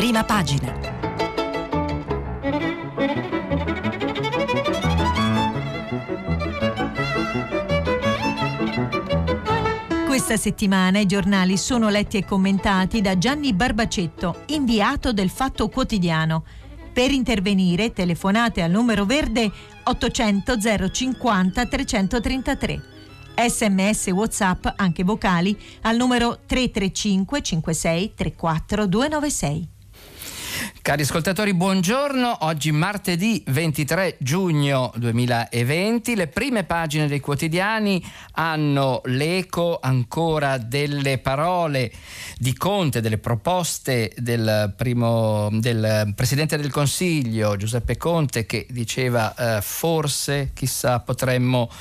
prima pagina. Questa settimana i giornali sono letti e commentati da Gianni Barbacetto, inviato del Fatto Quotidiano. Per intervenire telefonate al numero verde 800 050 333. SMS WhatsApp, anche vocali, al numero 335 56 34 296. Cari ascoltatori, buongiorno. Oggi martedì 23 giugno 2020. Le prime pagine dei quotidiani hanno l'eco ancora delle parole di Conte, delle proposte del Presidente del Consiglio Giuseppe Conte, che diceva forse, chissà, potremmo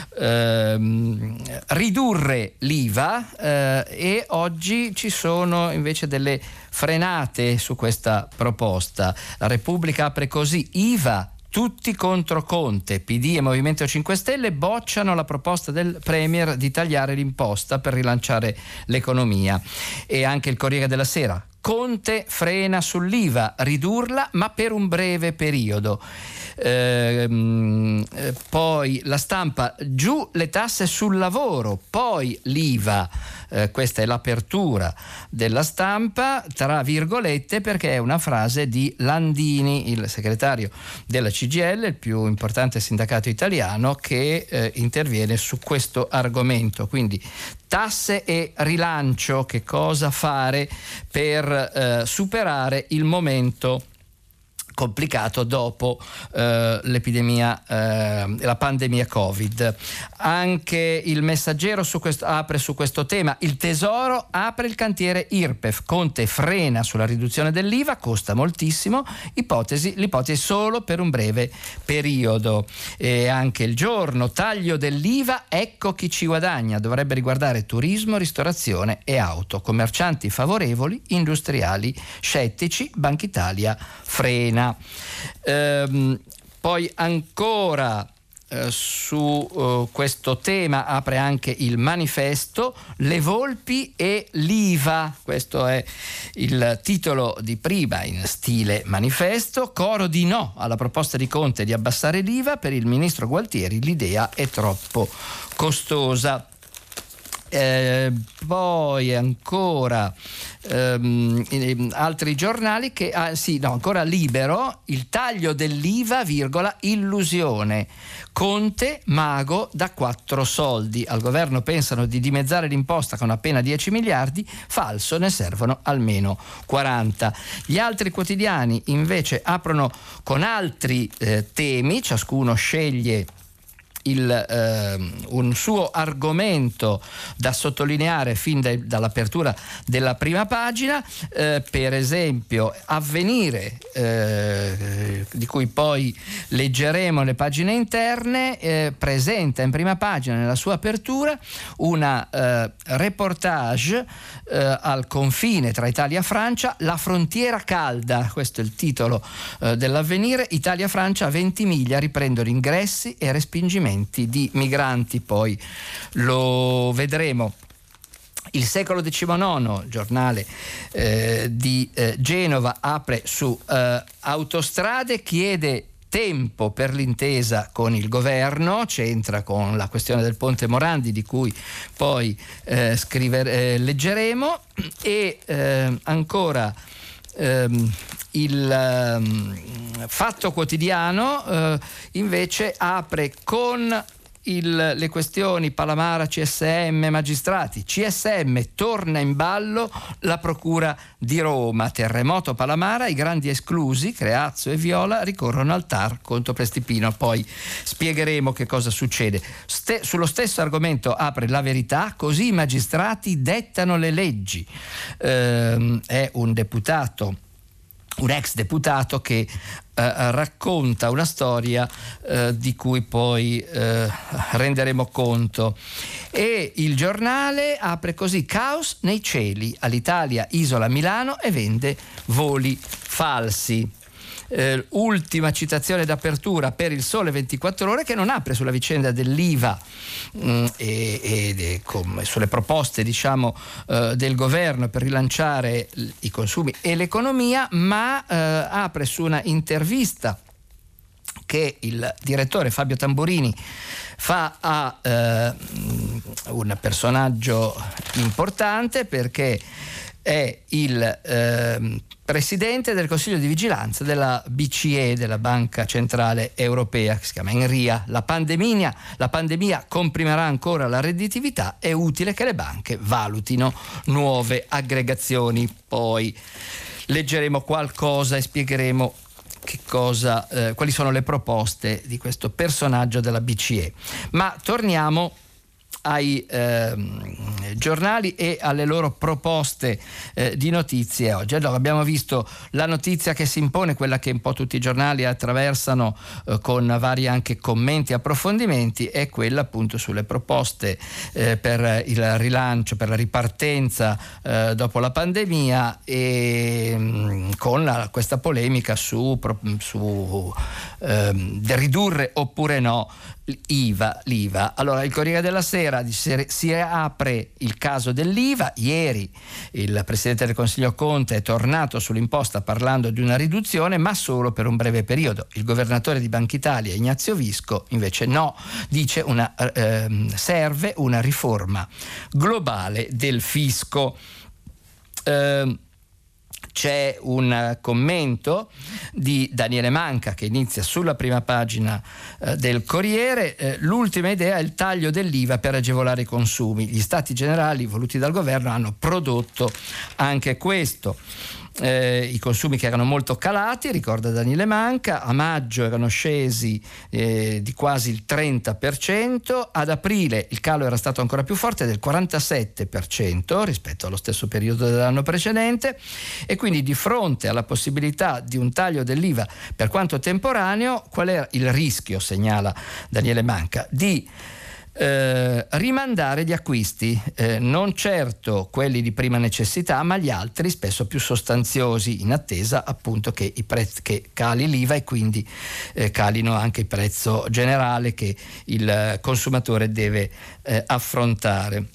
ridurre l'IVA, e oggi ci sono invece delle frenate su questa proposta. La Repubblica apre così: IVA, tutti contro Conte. PD e Movimento 5 Stelle bocciano la proposta del Premier di tagliare l'imposta per rilanciare l'economia. E anche il Corriere della Sera: Conte frena sull'IVA, ridurla ma per un breve periodo. Poi La Stampa: giù le tasse sul lavoro, poi l'IVA. Questa è l'apertura della Stampa, tra virgolette, perché è una frase di Landini, il segretario della CGIL, il più importante sindacato italiano, che interviene su questo argomento. Quindi tasse e rilancio, che cosa fare per superare il momento complicato dopo l'epidemia, la pandemia Covid. Anche il Messaggero apre su questo tema. Il Tesoro apre il cantiere IRPEF. Conte frena sulla riduzione dell'IVA, costa moltissimo, l'ipotesi solo per un breve periodo. E anche Il Giorno: taglio dell'IVA, ecco chi ci guadagna, dovrebbe riguardare turismo, ristorazione e auto. Commercianti favorevoli, industriali scettici, Banca Italia frena. Poi ancora su questo tema apre anche il Manifesto: le volpi e l'IVA. Questo è il titolo di prima in stile Manifesto. Coro di no alla proposta di Conte di abbassare l'IVA. Per il ministro Gualtieri l'idea è troppo costosa. Poi ancora altri giornali che ancora Libero: il taglio dell'IVA, illusione, Conte mago da 4 soldi, al governo pensano di dimezzare l'imposta con appena 10 miliardi, falso, ne servono almeno 40. Gli altri quotidiani invece aprono con altri temi, ciascuno sceglie un suo argomento da sottolineare fin dall'apertura della prima pagina. Per esempio Avvenire, di cui poi leggeremo le pagine interne, presenta in prima pagina, nella sua apertura, una reportage al confine tra Italia e Francia, la frontiera calda. Questo è il titolo dell'Avvenire. Italia-Francia a 20 miglia riprendono ingressi e respingimenti di migranti, poi lo vedremo. Il Secolo XIX, giornale di Genova, apre su autostrade, chiede tempo per l'intesa con il governo, c'entra con la questione del Ponte Morandi, di cui poi leggeremo. E ancora il Fatto Quotidiano invece apre con le questioni Palamara, CSM, magistrati. CSM, torna in ballo la procura di Roma. Terremoto Palamara, i grandi esclusi, Creazzo e Viola, ricorrono al TAR contro Prestipino. Poi spiegheremo che cosa succede. Sullo stesso argomento apre La Verità, così i magistrati dettano le leggi. È un ex deputato che racconta una storia di cui poi renderemo conto. E il Giornale apre così: caos nei cieli, Alitalia isola Milano e vende voli falsi. ultima citazione d'apertura per il Sole 24 Ore, che non apre sulla vicenda dell'IVA e sulle proposte, diciamo, del governo per rilanciare i consumi e l'economia, ma apre su una intervista che il direttore Fabio Tamburini fa a un personaggio importante, perché è il presidente del Consiglio di Vigilanza della BCE, della Banca Centrale Europea, che si chiama Enria. La pandemia comprimerà ancora la redditività, è utile che le banche valutino nuove aggregazioni. Poi leggeremo qualcosa e spiegheremo quali sono le proposte di questo personaggio della BCE. Ma torniamo ai giornali e alle loro proposte di notizie oggi. Allora, abbiamo visto la notizia che si impone, quella che un po' tutti i giornali attraversano con vari anche commenti e approfondimenti, è quella appunto sulle proposte per il rilancio, per la ripartenza dopo la pandemia, e con questa polemica su ridurre oppure no l'IVA. Allora, il Corriere della Sera si apre il caso dell'IVA. Ieri il Presidente del Consiglio Conte è tornato sull'imposta parlando di una riduzione, ma solo per un breve periodo. Il governatore di Banca Italia, Ignazio Visco, invece no, dice serve una riforma globale del fisco. C'è un commento di Daniele Manca che inizia sulla prima pagina del Corriere. L'ultima idea è il taglio dell'IVA per agevolare i consumi. Gli stati generali voluti dal governo hanno prodotto anche questo. I consumi che erano molto calati, ricorda Daniele Manca, a maggio erano scesi di quasi il 30%, ad aprile il calo era stato ancora più forte, del 47% rispetto allo stesso periodo dell'anno precedente, e quindi di fronte alla possibilità di un taglio dell'IVA per quanto temporaneo, qual era il rischio, segnala Daniele Manca, di rimandare gli acquisti, non certo quelli di prima necessità, ma gli altri spesso più sostanziosi, in attesa appunto che che cali l'IVA e quindi calino anche il prezzo generale che il consumatore deve affrontare.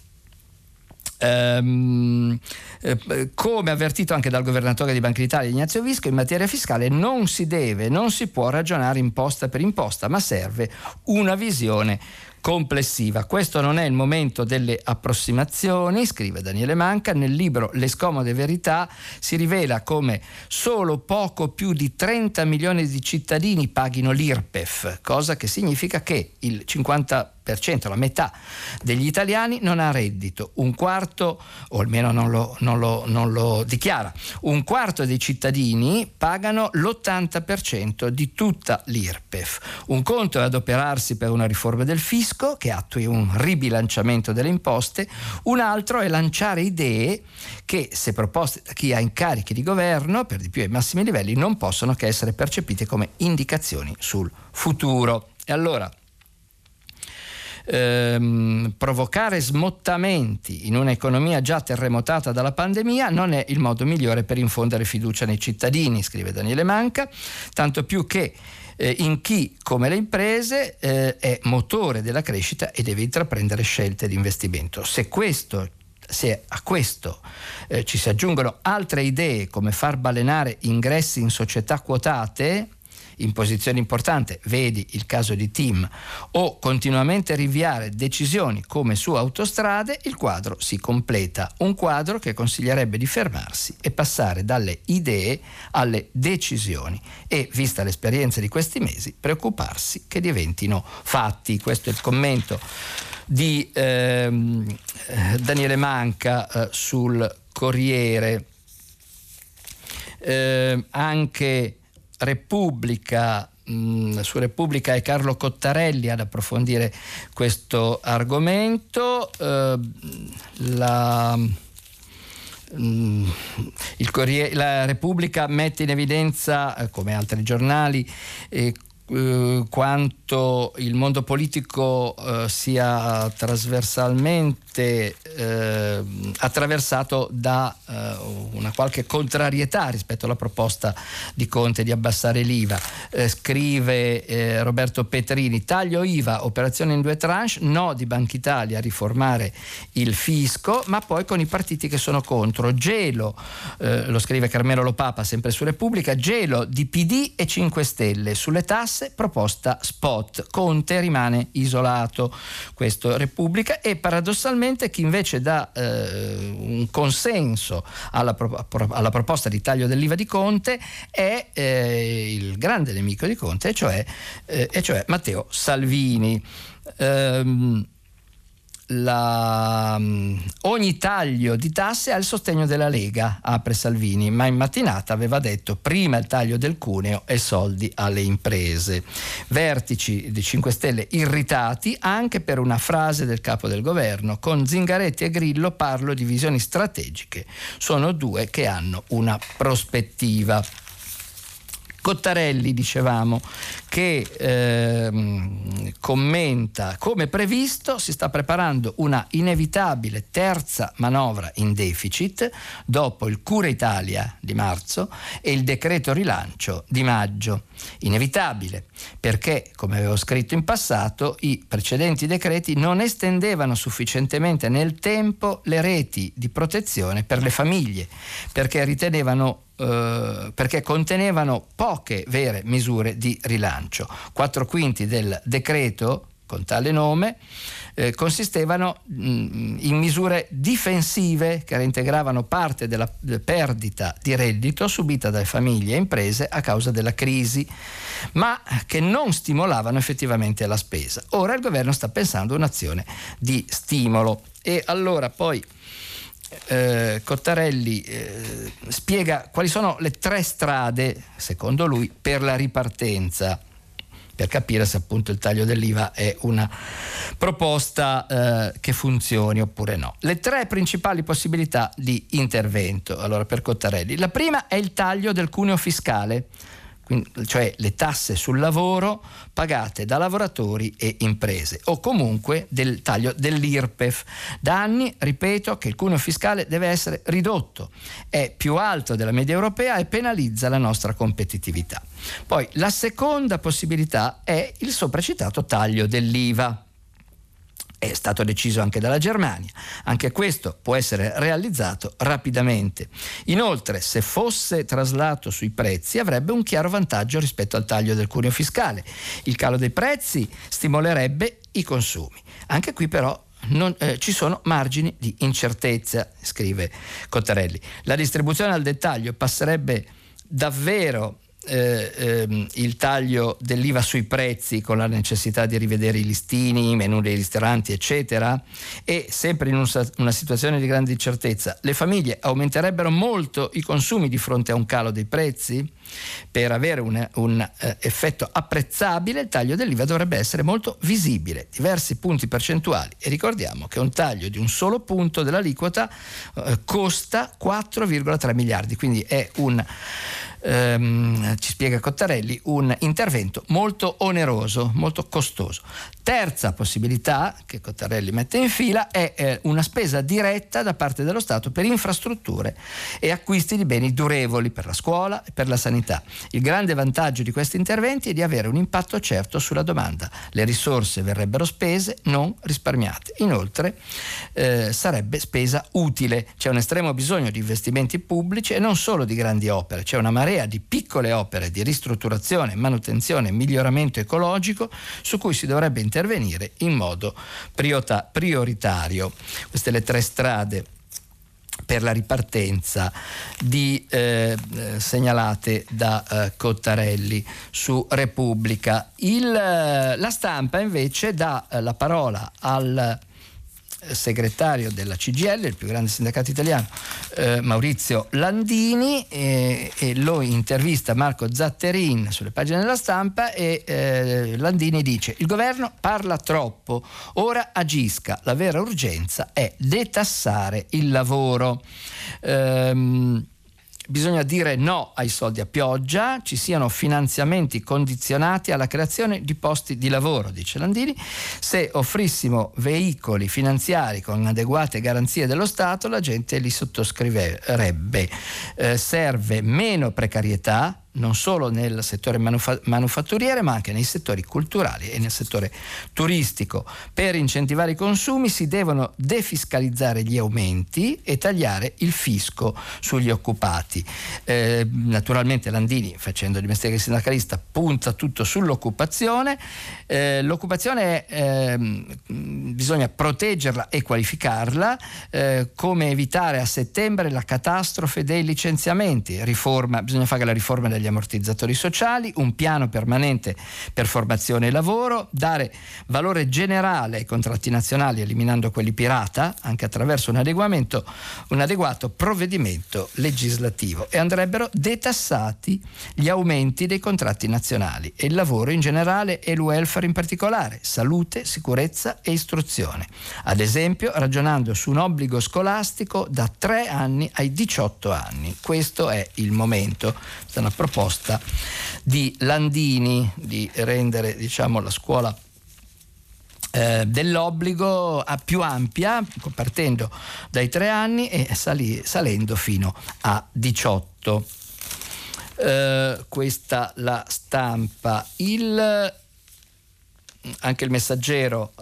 Come avvertito anche dal governatore di Banca d'Italia Ignazio Visco, in materia fiscale non si può ragionare imposta per imposta, ma serve una visione complessiva. Questo non è il momento delle approssimazioni, scrive Daniele Manca. Nel libro Le scomode verità si rivela come solo poco più di 30 milioni di cittadini paghino l'IRPEF, cosa che significa che il 50%, la metà degli italiani non ha reddito, un quarto, o almeno non lo dichiara, un quarto dei cittadini pagano l'80% di tutta l'IRPEF. Un conto è adoperarsi per una riforma del fisco che attui un ribilanciamento delle imposte, un altro è lanciare idee che, se proposte da chi ha incarichi di governo, per di più ai massimi livelli, non possono che essere percepite come indicazioni sul futuro. E allora provocare smottamenti in un'economia già terremotata dalla pandemia non è il modo migliore per infondere fiducia nei cittadini, scrive Daniele Manca, tanto più che in chi, come le imprese, è motore della crescita e deve intraprendere scelte di investimento. Se a questo ci si aggiungono altre idee come far balenare ingressi in società quotate in posizione importante, vedi il caso di TIM, o continuamente rinviare decisioni come su Autostrade, il quadro si completa, un quadro che consiglierebbe di fermarsi e passare dalle idee alle decisioni e, vista l'esperienza di questi mesi, preoccuparsi che diventino fatti. Questo è il commento di Daniele Manca sul Corriere. Anche Repubblica, su Repubblica è Carlo Cottarelli ad approfondire questo argomento. La Repubblica mette in evidenza, come altri giornali, quanto il mondo politico sia trasversalmente attraversato da una qualche contrarietà rispetto alla proposta di Conte di abbassare l'IVA. Scrive Roberto Petrini: taglio IVA, operazione in 2 tranche, no di Banca Italia a riformare il fisco, ma poi con i partiti che sono contro. Gelo, lo scrive Carmelo Lopapa sempre su Repubblica, gelo di PD e 5 Stelle sulle tasse, proposta spot. Conte rimane isolato. Questo Repubblica. E paradossalmente chi invece dà un consenso alla proposta di taglio dell'IVA di Conte è il grande nemico di Conte, e cioè Matteo Salvini. Ogni taglio di tasse ha il sostegno della Lega, apre Salvini, ma in mattinata aveva detto prima il taglio del cuneo e soldi alle imprese. Vertici di 5 Stelle irritati anche per una frase del capo del governo: con Zingaretti e Grillo parlo di visioni strategiche, sono 2 che hanno una prospettiva. Cottarelli, dicevamo, che commenta: come previsto si sta preparando una inevitabile terza manovra in deficit dopo il Cura Italia di marzo e il decreto rilancio di maggio. Inevitabile perché, come avevo scritto in passato, i precedenti decreti non estendevano sufficientemente nel tempo le reti di protezione per le famiglie, perché contenevano poche vere misure di rilancio. 4/5 del decreto con tale nome consistevano in misure difensive che reintegravano parte della perdita di reddito subita dalle famiglie e imprese a causa della crisi, ma che non stimolavano effettivamente la spesa. Ora il governo sta pensando a un'azione di stimolo. E allora poi Cottarelli spiega quali sono le 3 strade, secondo lui, per la ripartenza, per capire se appunto il taglio dell'IVA è una proposta che funzioni oppure no. Le 3 principali possibilità di intervento, allora, per Cottarelli: la prima è il taglio del cuneo fiscale, cioè le tasse sul lavoro pagate da lavoratori e imprese, o comunque del taglio dell'IRPEF. Da anni ripeto che il cuneo fiscale deve essere ridotto, è più alto della media europea e penalizza la nostra competitività. Poi la seconda possibilità è il sopracitato taglio dell'IVA. È stato deciso anche dalla Germania. Anche questo può essere realizzato rapidamente. Inoltre, se fosse traslato sui prezzi, avrebbe un chiaro vantaggio rispetto al taglio del cuneo fiscale. Il calo dei prezzi stimolerebbe i consumi. Anche qui però ci sono margini di incertezza, scrive Cottarelli. La distribuzione al dettaglio passerebbe davvero il taglio dell'IVA sui prezzi, con la necessità di rivedere i listini, i menù dei ristoranti, eccetera, e sempre in una situazione di grande incertezza le famiglie aumenterebbero molto i consumi di fronte a un calo dei prezzi. Per avere un effetto apprezzabile il taglio dell'IVA dovrebbe essere molto visibile, diversi punti percentuali, e ricordiamo che un taglio di un solo punto dell'aliquota costa 4,3 miliardi, quindi è ci spiega Cottarelli, un intervento molto oneroso, molto costoso. Terza possibilità che Cottarelli mette in fila è una spesa diretta da parte dello Stato per infrastrutture e acquisti di beni durevoli per la scuola e per la sanità. Il grande vantaggio di questi interventi è di avere un impatto certo sulla domanda. Le risorse verrebbero spese, non risparmiate. Inoltre sarebbe spesa utile. C'è un estremo bisogno di investimenti pubblici e non solo di grandi opere. C'è una marea di piccole opere di ristrutturazione, manutenzione e miglioramento ecologico su cui si dovrebbe intervenire in modo prioritario. Queste le 3 strade per la ripartenza segnalate da Cottarelli su Repubblica. La Stampa invece dà la parola al segretario della CGIL, il più grande sindacato italiano, Maurizio Landini, e lo intervista Marco Zatterin sulle pagine della Stampa, e Landini dice: il governo parla troppo, ora agisca, la vera urgenza è detassare il lavoro. Bisogna dire no ai soldi a pioggia, ci siano finanziamenti condizionati alla creazione di posti di lavoro, dice Landini. Se offrissimo veicoli finanziari con adeguate garanzie dello Stato, la gente li sottoscriverebbe. Serve meno precarietà, non solo nel settore manufatturiere, ma anche nei settori culturali e nel settore turistico. Per incentivare i consumi si devono defiscalizzare gli aumenti e tagliare il fisco sugli occupati. Naturalmente Landini, facendo di mestiere sindacalista, punta tutto sull'occupazione. L'occupazione bisogna proteggerla e qualificarla, come evitare a settembre la catastrofe dei licenziamenti. Bisogna fare la riforma degli ammortizzatori sociali, un piano permanente per formazione e lavoro, dare valore generale ai contratti nazionali eliminando quelli pirata, anche attraverso un adeguato provvedimento legislativo, e andrebbero detassati gli aumenti dei contratti nazionali e il lavoro in generale e il welfare in particolare, salute, sicurezza e istruzione, ad esempio ragionando su un obbligo scolastico da 3 anni ai 18 anni. Questo è il momento, è una proposta di Landini di rendere, diciamo, la scuola dell'obbligo a più ampia, partendo dai 3 anni e salendo fino a 18. Questa la Stampa. Anche il Messaggero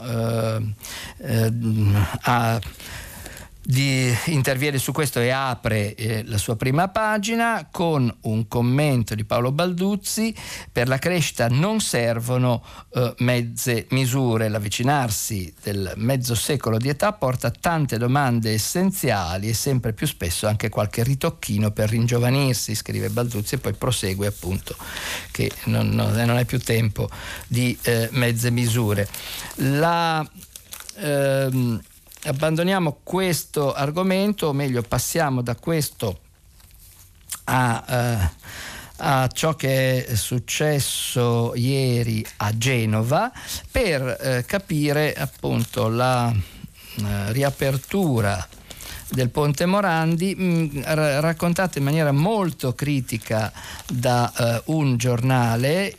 interviene su questo e apre la sua prima pagina con un commento di Paolo Balduzzi: per la crescita non servono mezze misure, l'avvicinarsi del mezzo secolo di età porta tante domande essenziali e sempre più spesso anche qualche ritocchino per ringiovanirsi, scrive Balduzzi, e poi prosegue appunto che non è più tempo di mezze misure. Abbandoniamo questo argomento, o meglio passiamo da questo a ciò che è successo ieri a Genova, per capire appunto la riapertura del Ponte Morandi, raccontata in maniera molto critica da un giornale,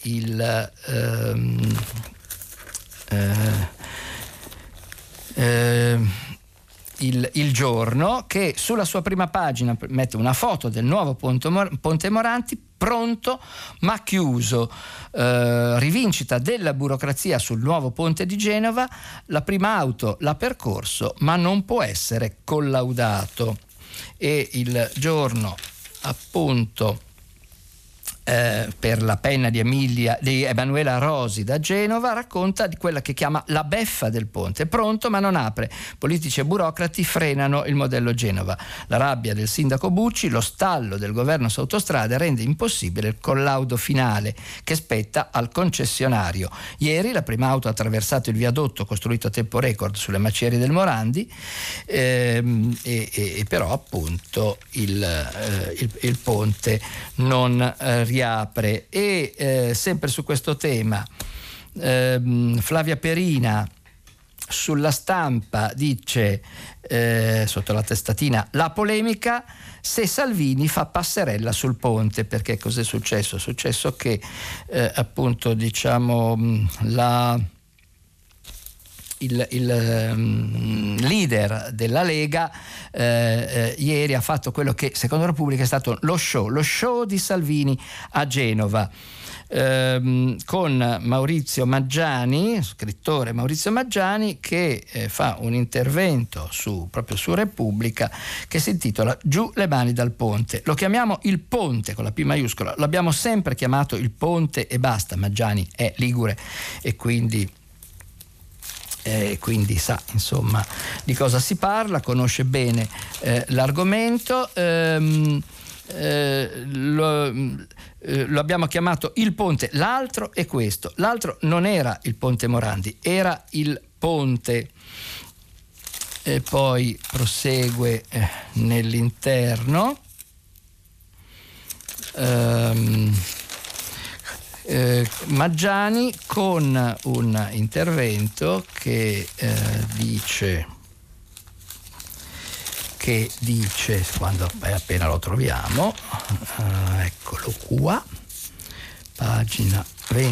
il Giorno, che sulla sua prima pagina mette una foto del nuovo Ponte Morandi, pronto ma chiuso. Rivincita della burocrazia sul nuovo ponte di Genova, la prima auto l'ha percorso ma non può essere collaudato. E il Giorno, appunto, per la penna di Emanuela Rosi da Genova, racconta di quella che chiama la beffa del ponte: pronto ma non apre, politici e burocrati frenano il modello Genova, la rabbia del sindaco Bucci, lo stallo del governo su Autostrade rende impossibile il collaudo finale che spetta al concessionario. Ieri la prima auto ha attraversato il viadotto costruito a tempo record sulle macerie del Morandi, e però appunto il ponte non riapre. E sempre su questo tema Flavia Perina sulla Stampa dice, sotto la testatina, la polemica se Salvini fa passerella sul ponte. Perché cos'è successo? È successo che appunto, diciamo, il leader della Lega ieri ha fatto quello che secondo Repubblica è stato lo show di Salvini a Genova, con Maurizio Maggiani, scrittore Maurizio Maggiani, che fa un intervento proprio su Repubblica, che si intitola Giù le mani dal ponte. Lo chiamiamo il ponte con la P maiuscola, l'abbiamo sempre chiamato il ponte e basta. Maggiani è ligure e quindi sa insomma di cosa si parla, conosce bene l'argomento. Lo abbiamo chiamato il ponte. L'altro è questo: l'altro non era il Ponte Morandi, era il ponte. E poi prosegue nell'interno. Maggiani con un intervento che dice che dice, quando appena lo troviamo, eccolo qua, pagina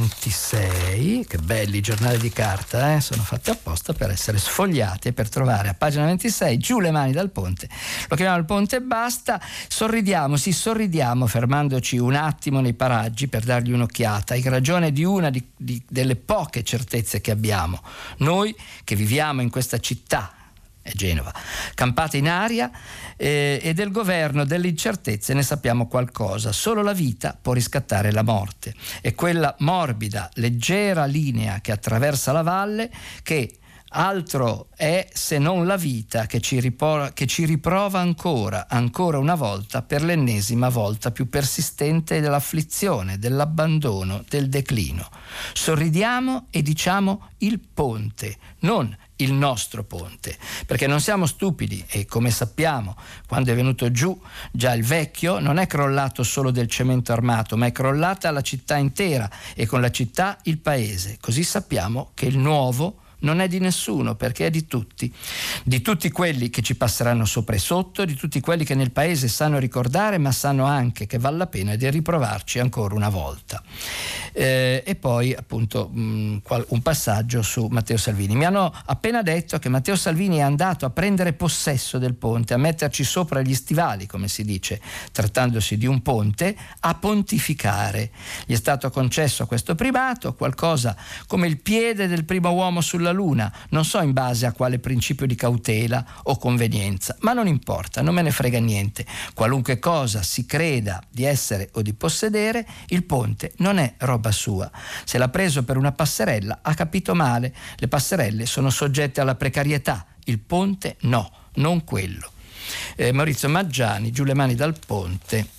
26, che belli i giornali di carta, sono fatti apposta per essere sfogliati e per trovare a pagina 26 giù le mani dal ponte. Lo chiamiamo il ponte e basta. Sorridiamo fermandoci un attimo nei paraggi per dargli un'occhiata, in ragione di una delle poche certezze che abbiamo noi che viviamo in questa città, Genova, campata in aria, e del governo delle incertezze ne sappiamo qualcosa. Solo la vita può riscattare la morte, e quella morbida, leggera linea che attraversa la valle, che altro è se non la vita che ci riprova ancora una volta, per l'ennesima volta più persistente, dell'afflizione, dell'abbandono, del declino. Sorridiamo e diciamo il ponte, non il nostro ponte, perché non siamo stupidi, e come sappiamo, quando è venuto giù già il vecchio, non è crollato solo del cemento armato, ma è crollata la città intera, e con la città il paese. Così sappiamo che il nuovo non è di nessuno, perché è di tutti quelli che ci passeranno sopra e sotto, di tutti quelli che nel paese sanno ricordare, ma sanno anche che vale la pena di riprovarci ancora una volta. E poi appunto un passaggio su Matteo Salvini. Mi hanno appena detto che Matteo Salvini è andato a prendere possesso del ponte, a metterci sopra gli stivali, come si dice, trattandosi di un ponte, a pontificare. Gli è stato concesso questo primato, qualcosa come il piede del primo uomo sulla Luna, non so in base a quale principio di cautela o convenienza, ma non importa, non me ne frega niente. Qualunque cosa si creda di essere o di possedere, il ponte non è roba sua. Se l'ha preso per una passerella, ha capito male. Le passerelle sono soggette alla precarietà, il ponte no, non quello. Maurizio Maggiani, giù le mani dal ponte,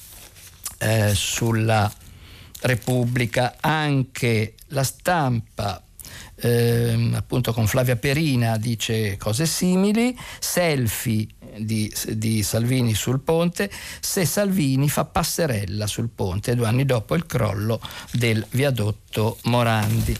sulla Repubblica. Anche La Stampa, appunto con Flavia Perina, dice cose simili. Selfie di Salvini sul ponte, se Salvini fa passerella sul ponte 2 anni dopo il crollo del viadotto Morandi.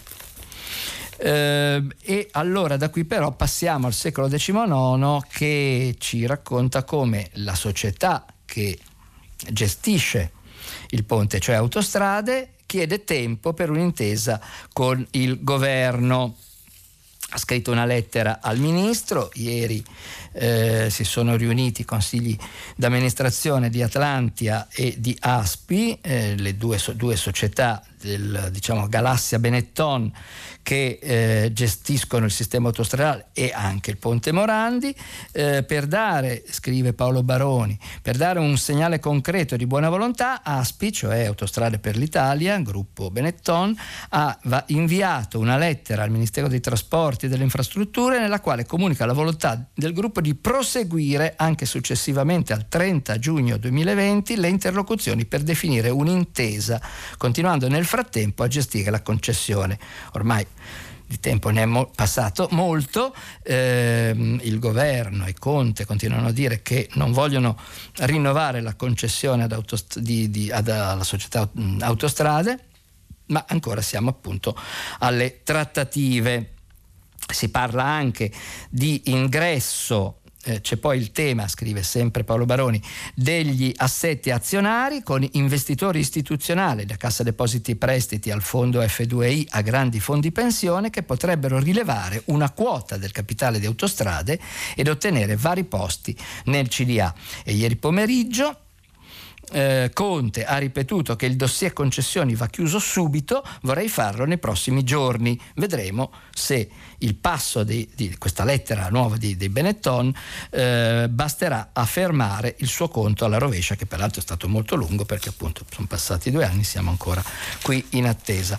E allora da qui però passiamo al secolo XIX, che ci racconta come la società che gestisce il ponte, cioè Autostrade, chiede tempo per un'intesa con il governo. Ha scritto una lettera al ministro, ieri si sono riuniti i consigli d'amministrazione di Atlantia e di Aspi, le due società del, diciamo, Galassia Benetton, che gestiscono il sistema autostradale e anche il ponte Morandi, per dare, scrive Paolo Baroni, per dare un segnale concreto di buona volontà, Aspi, cioè Autostrade per l'Italia, gruppo Benetton, ha inviato una lettera al Ministero dei Trasporti e delle Infrastrutture, nella quale comunica la volontà del gruppo di proseguire anche successivamente al 30 giugno 2020 le interlocuzioni per definire un'intesa, continuando nel frattempo a gestire la concessione. Ormai di tempo ne è passato molto, il governo e Conte continuano a dire che non vogliono rinnovare la concessione alla società Autostrade, ma ancora siamo appunto alle trattative. Si parla anche di ingresso, c'è poi il tema, scrive sempre Paolo Baroni, degli assetti azionari, con investitori istituzionali, da Cassa Depositi e Prestiti al fondo F2I a grandi fondi pensione, che potrebbero rilevare una quota del capitale di Autostrade ed ottenere vari posti nel CDA. E ieri pomeriggio Conte ha ripetuto che il dossier concessioni va chiuso subito, vorrei farlo nei prossimi giorni. Vedremo se il passo di questa lettera nuova dei Benetton basterà a fermare il suo conto alla rovescia, che peraltro è stato molto lungo, perché appunto sono passati 2 anni, siamo ancora qui in attesa.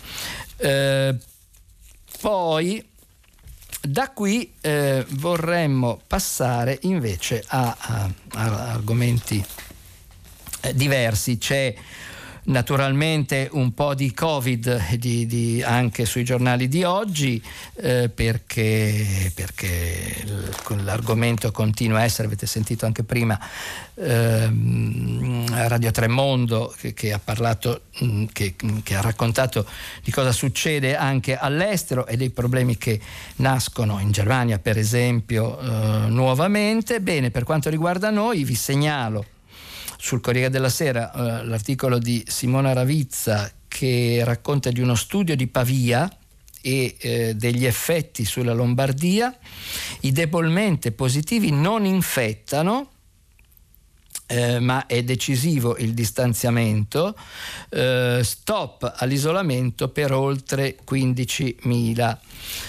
Poi da qui vorremmo passare invece a argomenti diversi. C'è Naturalmente un po' di Covid anche sui giornali di oggi, perché l'argomento continua a essere, avete sentito anche prima Radio Tremondo che ha parlato, che ha raccontato di cosa succede anche all'estero e dei problemi che nascono in Germania, per esempio, nuovamente. Bene, per quanto riguarda noi, vi segnalo sul Corriere della Sera l'articolo di Simona Ravizza che racconta di uno studio di Pavia e degli effetti sulla Lombardia. I debolmente positivi non infettano, ma è decisivo il distanziamento. Stop all'isolamento per oltre 15.000.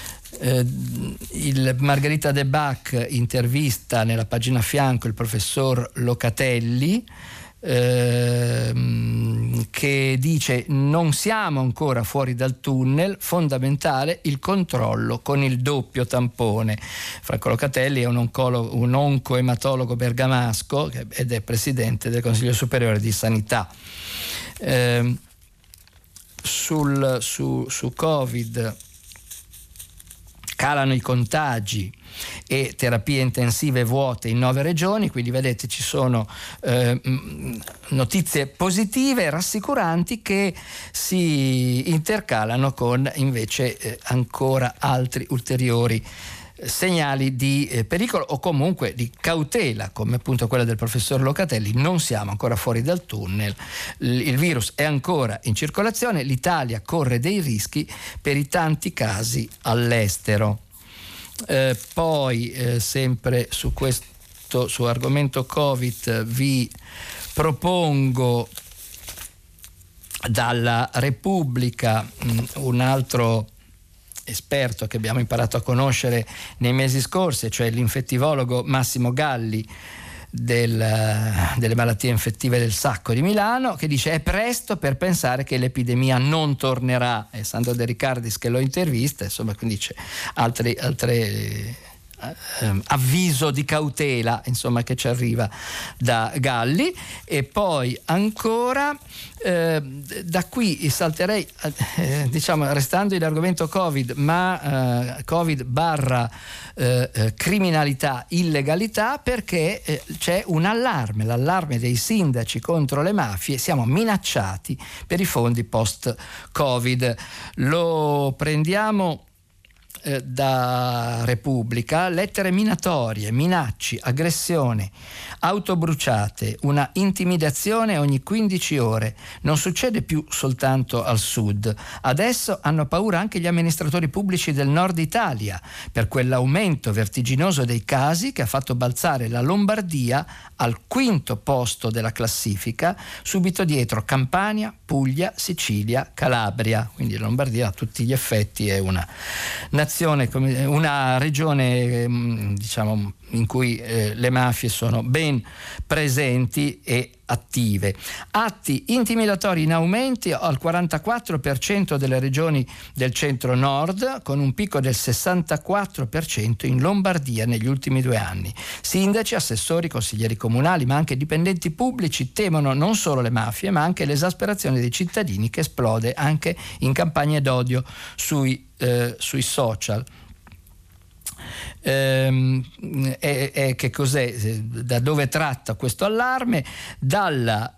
Margherita De Bach intervista nella pagina a fianco il professor Locatelli, che dice: non siamo ancora fuori dal tunnel, fondamentale il controllo con il doppio tampone. Franco Locatelli è un oncoematologo bergamasco ed è presidente del Consiglio Superiore di Sanità. Su Covid calano i contagi e terapie intensive vuote in 9 regioni, quindi vedete ci sono notizie positive e rassicuranti che si intercalano con invece ancora altri ulteriori segnali di pericolo o comunque di cautela, come appunto quella del professor Locatelli. Non siamo ancora fuori dal tunnel, il virus è ancora in circolazione, l'Italia corre dei rischi per i tanti casi all'estero. Poi sempre su argomento Covid vi propongo dalla Repubblica un altro esperto che abbiamo imparato a conoscere nei mesi scorsi, cioè l'infettivologo Massimo Galli delle malattie infettive del Sacco di Milano, che dice: è presto per pensare che l'epidemia non tornerà. È Sandro De Ricardis che lo intervista, insomma, quindi c'è altre avviso di cautela, insomma, che ci arriva da Galli. E poi ancora da qui salterei, diciamo, restando in argomento Covid, ma Covid barra criminalità, illegalità, perché c'è un allarme, l'allarme dei sindaci contro le mafie. Siamo minacciati per i fondi post-Covid. Lo prendiamo da Repubblica: lettere minatorie, minacci, aggressioni, auto bruciate, una intimidazione ogni 15 ore. Non succede più soltanto al sud. Adesso hanno paura anche gli amministratori pubblici del nord Italia per quell'aumento vertiginoso dei casi che ha fatto balzare la Lombardia al 5° posto della classifica, subito dietro Campania, Puglia, Sicilia, Calabria. Quindi la Lombardia a tutti gli effetti è una regione, diciamo, in cui le mafie sono ben presenti e attive. Atti intimidatori in aumento al 44% delle regioni del centro-nord, con un picco del 64% in Lombardia negli ultimi 2 anni. Sindaci, assessori, consiglieri comunali, ma anche dipendenti pubblici temono non solo le mafie, ma anche l'esasperazione dei cittadini, che esplode anche in campagne d'odio sui social. Che cos'è? Da dove tratta questo allarme? Dal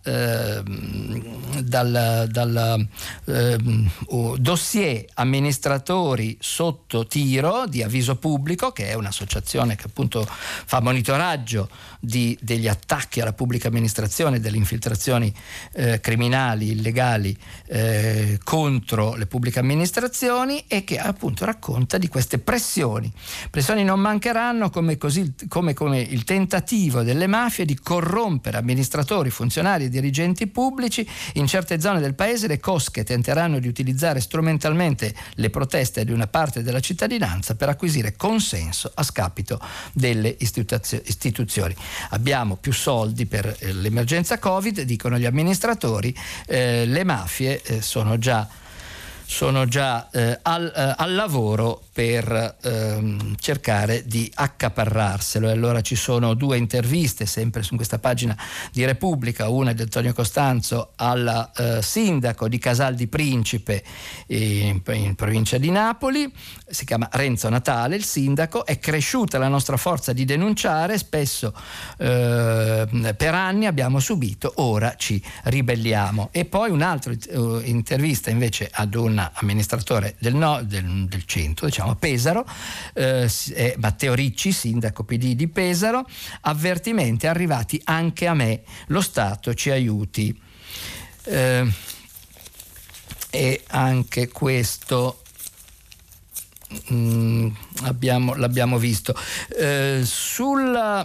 dossier amministratori sotto tiro di Avviso Pubblico, che è un'associazione che appunto fa monitoraggio degli attacchi alla pubblica amministrazione, delle infiltrazioni criminali, illegali contro le pubbliche amministrazioni, e che appunto racconta di queste pressioni non mancheranno, come il tentativo delle mafie di corrompere amministratori, funzionari e dirigenti pubblici. In certe zone del paese le cosche tenteranno di utilizzare strumentalmente le proteste di una parte della cittadinanza per acquisire consenso a scapito delle istituzioni. Abbiamo più soldi per l'emergenza Covid, dicono gli amministratori, le mafie sono già al lavoro per cercare di accaparrarselo. E allora ci sono 2 interviste sempre su questa pagina di Repubblica, una di Antonio Costanzo al sindaco di Casal di Principe in provincia di Napoli. Si chiama Renzo Natale, il sindaco: è cresciuta la nostra forza di denunciare, spesso per anni abbiamo subito, ora ci ribelliamo. E poi un'altra intervista invece ad un amministratore del centro, diciamo Pesaro, è Matteo Ricci, sindaco PD di Pesaro: avvertimenti arrivati anche a me, lo Stato ci aiuti. E anche questo l'abbiamo visto. Sul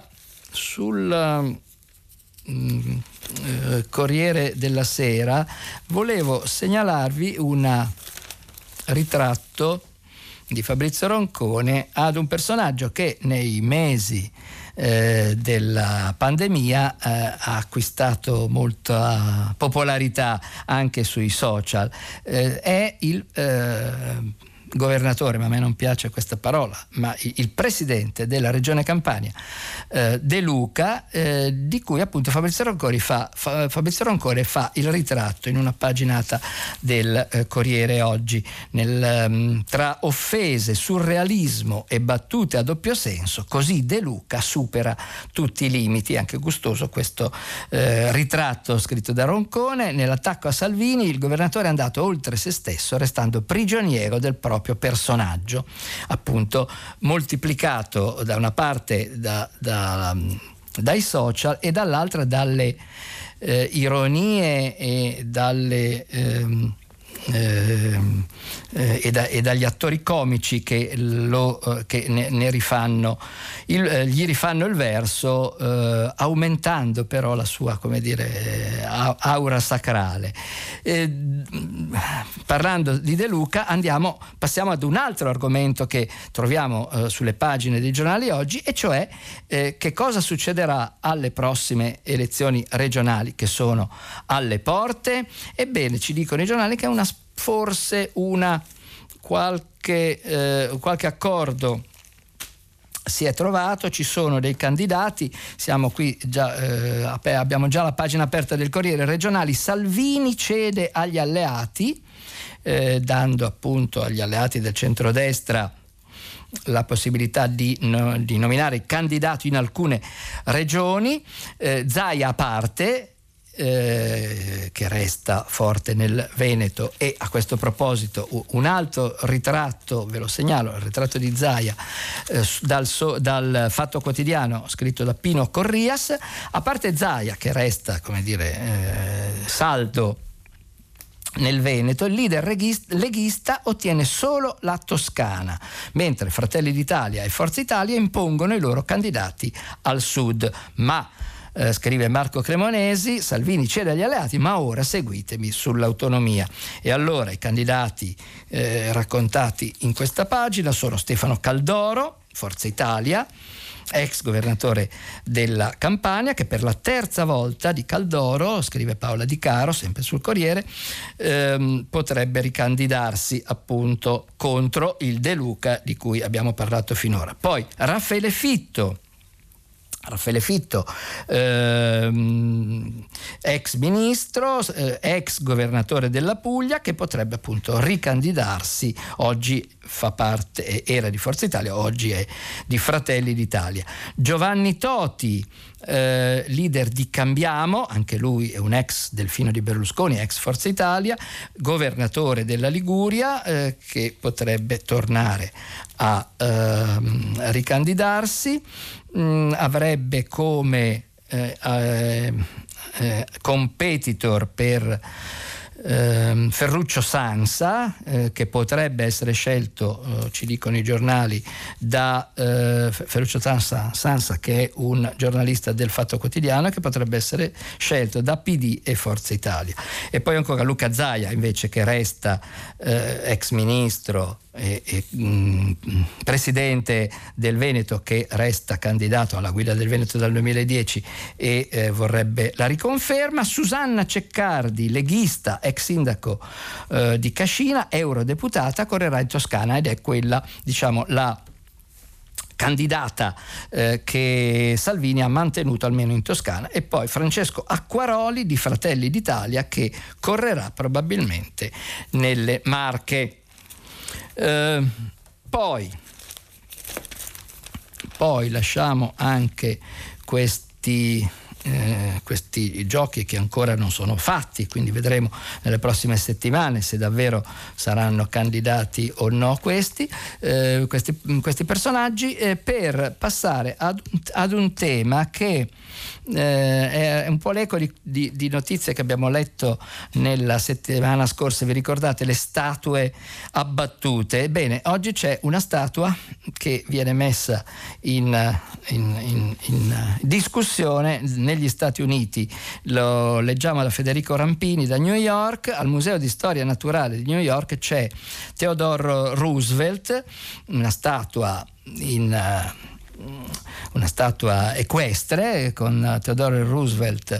Corriere della Sera volevo segnalarvi un ritratto di Fabrizio Roncone ad un personaggio che nei mesi della pandemia ha acquistato molta popolarità anche sui social. È il governatore, ma a me non piace questa parola, ma il presidente della regione Campania, De Luca, di cui appunto Fabrizio Roncone fa il ritratto in una paginata del Corriere oggi. Tra offese, surrealismo e battute a doppio senso, così De Luca supera tutti i limiti. Anche gustoso questo ritratto scritto da Roncone. Nell'attacco a Salvini il governatore è andato oltre se stesso, restando prigioniero del proprio personaggio, appunto moltiplicato da una parte dai social e dall'altra dalle ironie e e dagli attori comici che ne rifanno gli rifanno il verso, aumentando però la sua, come dire, aura sacrale. Parlando di De Luca, passiamo ad un altro argomento che troviamo sulle pagine dei giornali oggi, e cioè che cosa succederà alle prossime elezioni regionali che sono alle porte. Ebbene, ci dicono i giornali che forse qualche accordo si è trovato. Ci sono dei candidati, siamo qui già, abbiamo già la pagina aperta del Corriere regionali. Salvini cede agli alleati, dando appunto agli alleati del centrodestra la possibilità di nominare candidati in alcune regioni. Zaia a parte, che resta forte nel Veneto. E a questo proposito un altro ritratto, ve lo segnalo, il ritratto di Zaia dal Fatto Quotidiano, scritto da Pino Corrias. A parte Zaia, che resta, come dire, saldo nel Veneto, il leader leghista ottiene solo la Toscana, mentre Fratelli d'Italia e Forza Italia impongono i loro candidati al sud. Ma scrive Marco Cremonesi, Salvini cede agli alleati, ma ora seguitemi sull'autonomia. E allora i candidati raccontati in questa pagina sono Stefano Caldoro, Forza Italia, ex governatore della Campania, che per la terza volta di Caldoro, scrive Paola Di Caro, sempre sul Corriere, potrebbe ricandidarsi appunto contro il De Luca di cui abbiamo parlato finora. Poi Raffaele Fitto, ex ministro, ex governatore della Puglia, che potrebbe appunto ricandidarsi. Oggi fa parte, era di Forza Italia, oggi è di Fratelli d'Italia. Giovanni Toti, leader di Cambiamo, anche lui è un ex delfino di Berlusconi, ex Forza Italia, governatore della Liguria, che potrebbe tornare a ricandidarsi. Avrebbe come competitor per Ferruccio Sansa, che potrebbe essere scelto, ci dicono i giornali, da Ferruccio Sansa, che è un giornalista del Fatto Quotidiano, che potrebbe essere scelto da PD e Forza Italia. E poi ancora Luca Zaia, invece, che resta ex ministro presidente del Veneto, che resta candidato alla guida del Veneto dal 2010 e vorrebbe la riconferma. Susanna Ceccardi, leghista, ex sindaco di Cascina, eurodeputata, correrà in Toscana ed è quella, diciamo, la candidata che Salvini ha mantenuto almeno in Toscana. E poi Francesco Acquaroli di Fratelli d'Italia, che correrà probabilmente nelle Marche. Poi lasciamo anche questi giochi che ancora non sono fatti, quindi vedremo nelle prossime settimane se davvero saranno candidati o no questi personaggi, per passare ad un tema che è un po' l'eco di notizie che abbiamo letto nella settimana scorsa. Vi ricordate le statue abbattute? Ebbene, oggi c'è una statua che viene messa in discussione negli Stati Uniti. Lo leggiamo da Federico Rampini da New York. Al Museo di Storia Naturale di New York c'è Theodore Roosevelt, una statua equestre con Theodore Roosevelt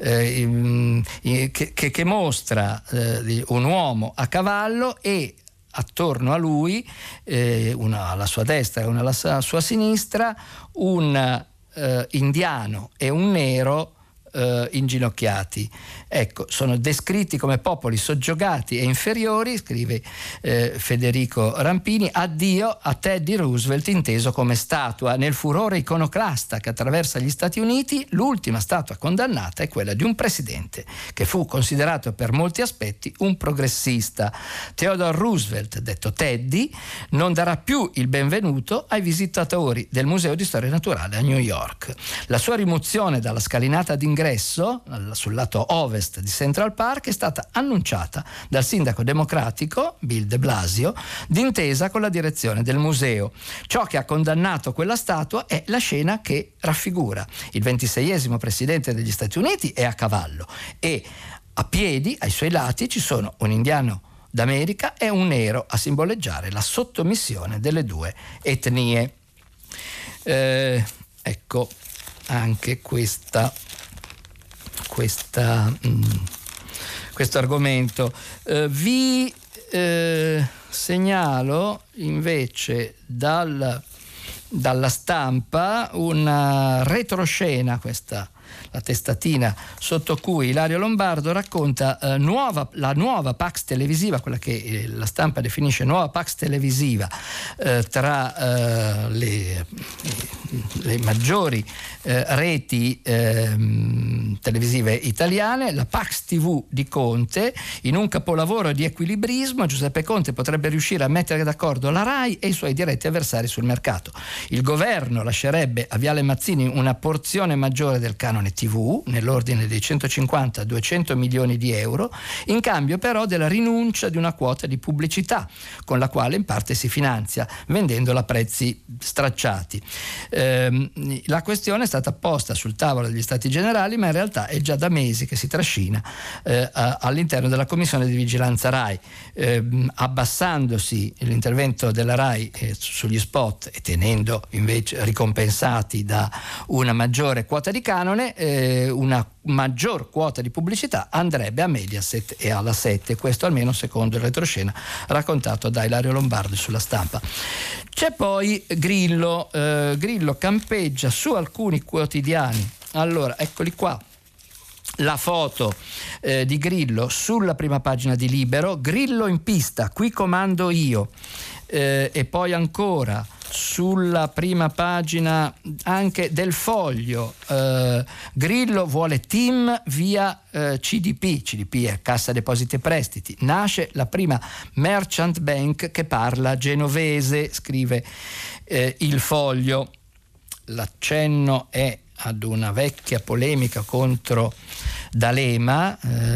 che mostra un uomo a cavallo e attorno a lui, una alla sua destra e una alla sua sinistra, un indiano e un nero inginocchiati. Ecco, sono descritti come popoli soggiogati e inferiori, scrive Federico Rampini. Addio a Teddy Roosevelt, inteso come statua. Nel furore iconoclasta che attraversa gli Stati Uniti, l'ultima statua condannata è quella di un presidente che fu considerato per molti aspetti un progressista. Theodore Roosevelt, detto Teddy, non darà più il benvenuto ai visitatori del Museo di Storia Naturale a New York. La sua rimozione dalla scalinata d'ingresso sul lato ovest di Central Park è stata annunciata dal sindaco democratico Bill de Blasio d'intesa con la direzione del museo. Ciò che ha condannato quella statua è la scena che raffigura. Il 26esimo presidente degli Stati Uniti è a cavallo e a piedi, ai suoi lati, ci sono un indiano d'America e un nero a simboleggiare la sottomissione delle due etnie. Ecco anche questo argomento. Vi segnalo invece dalla Stampa una retroscena, la testatina sotto cui Ilario Lombardo racconta la nuova Pax televisiva, quella che la Stampa definisce nuova Pax televisiva, tra le maggiori reti televisive italiane. La Pax TV di Conte, in un capolavoro di equilibrismo, Giuseppe Conte potrebbe riuscire a mettere d'accordo la RAI e i suoi diretti avversari sul mercato. Il governo lascerebbe a Viale Mazzini una porzione maggiore del canone TV, nell'ordine dei 150-200 milioni di euro, in cambio però della rinuncia di una quota di pubblicità, con la quale in parte si finanzia, vendendola a prezzi stracciati. La questione è stata posta sul tavolo degli Stati Generali, ma in realtà è già da mesi che si trascina all'interno della Commissione di Vigilanza RAI, abbassandosi l'intervento della RAI sugli spot e tenendo invece ricompensati da una maggiore quota di canone. Una maggior quota di pubblicità andrebbe a Mediaset e alla 7, questo almeno secondo il retroscena raccontato da Ilario Lombardi sulla Stampa. C'è poi Grillo. Grillo campeggia su alcuni quotidiani. Allora, eccoli qua. La foto di Grillo sulla prima pagina di Libero. Grillo in pista, qui comando io. E poi ancora sulla prima pagina anche del Foglio, Grillo vuole team via CDP è Cassa Depositi e Prestiti, nasce la prima merchant bank che parla genovese, scrive il Foglio. L'accenno è ad una vecchia polemica contro D'Alema,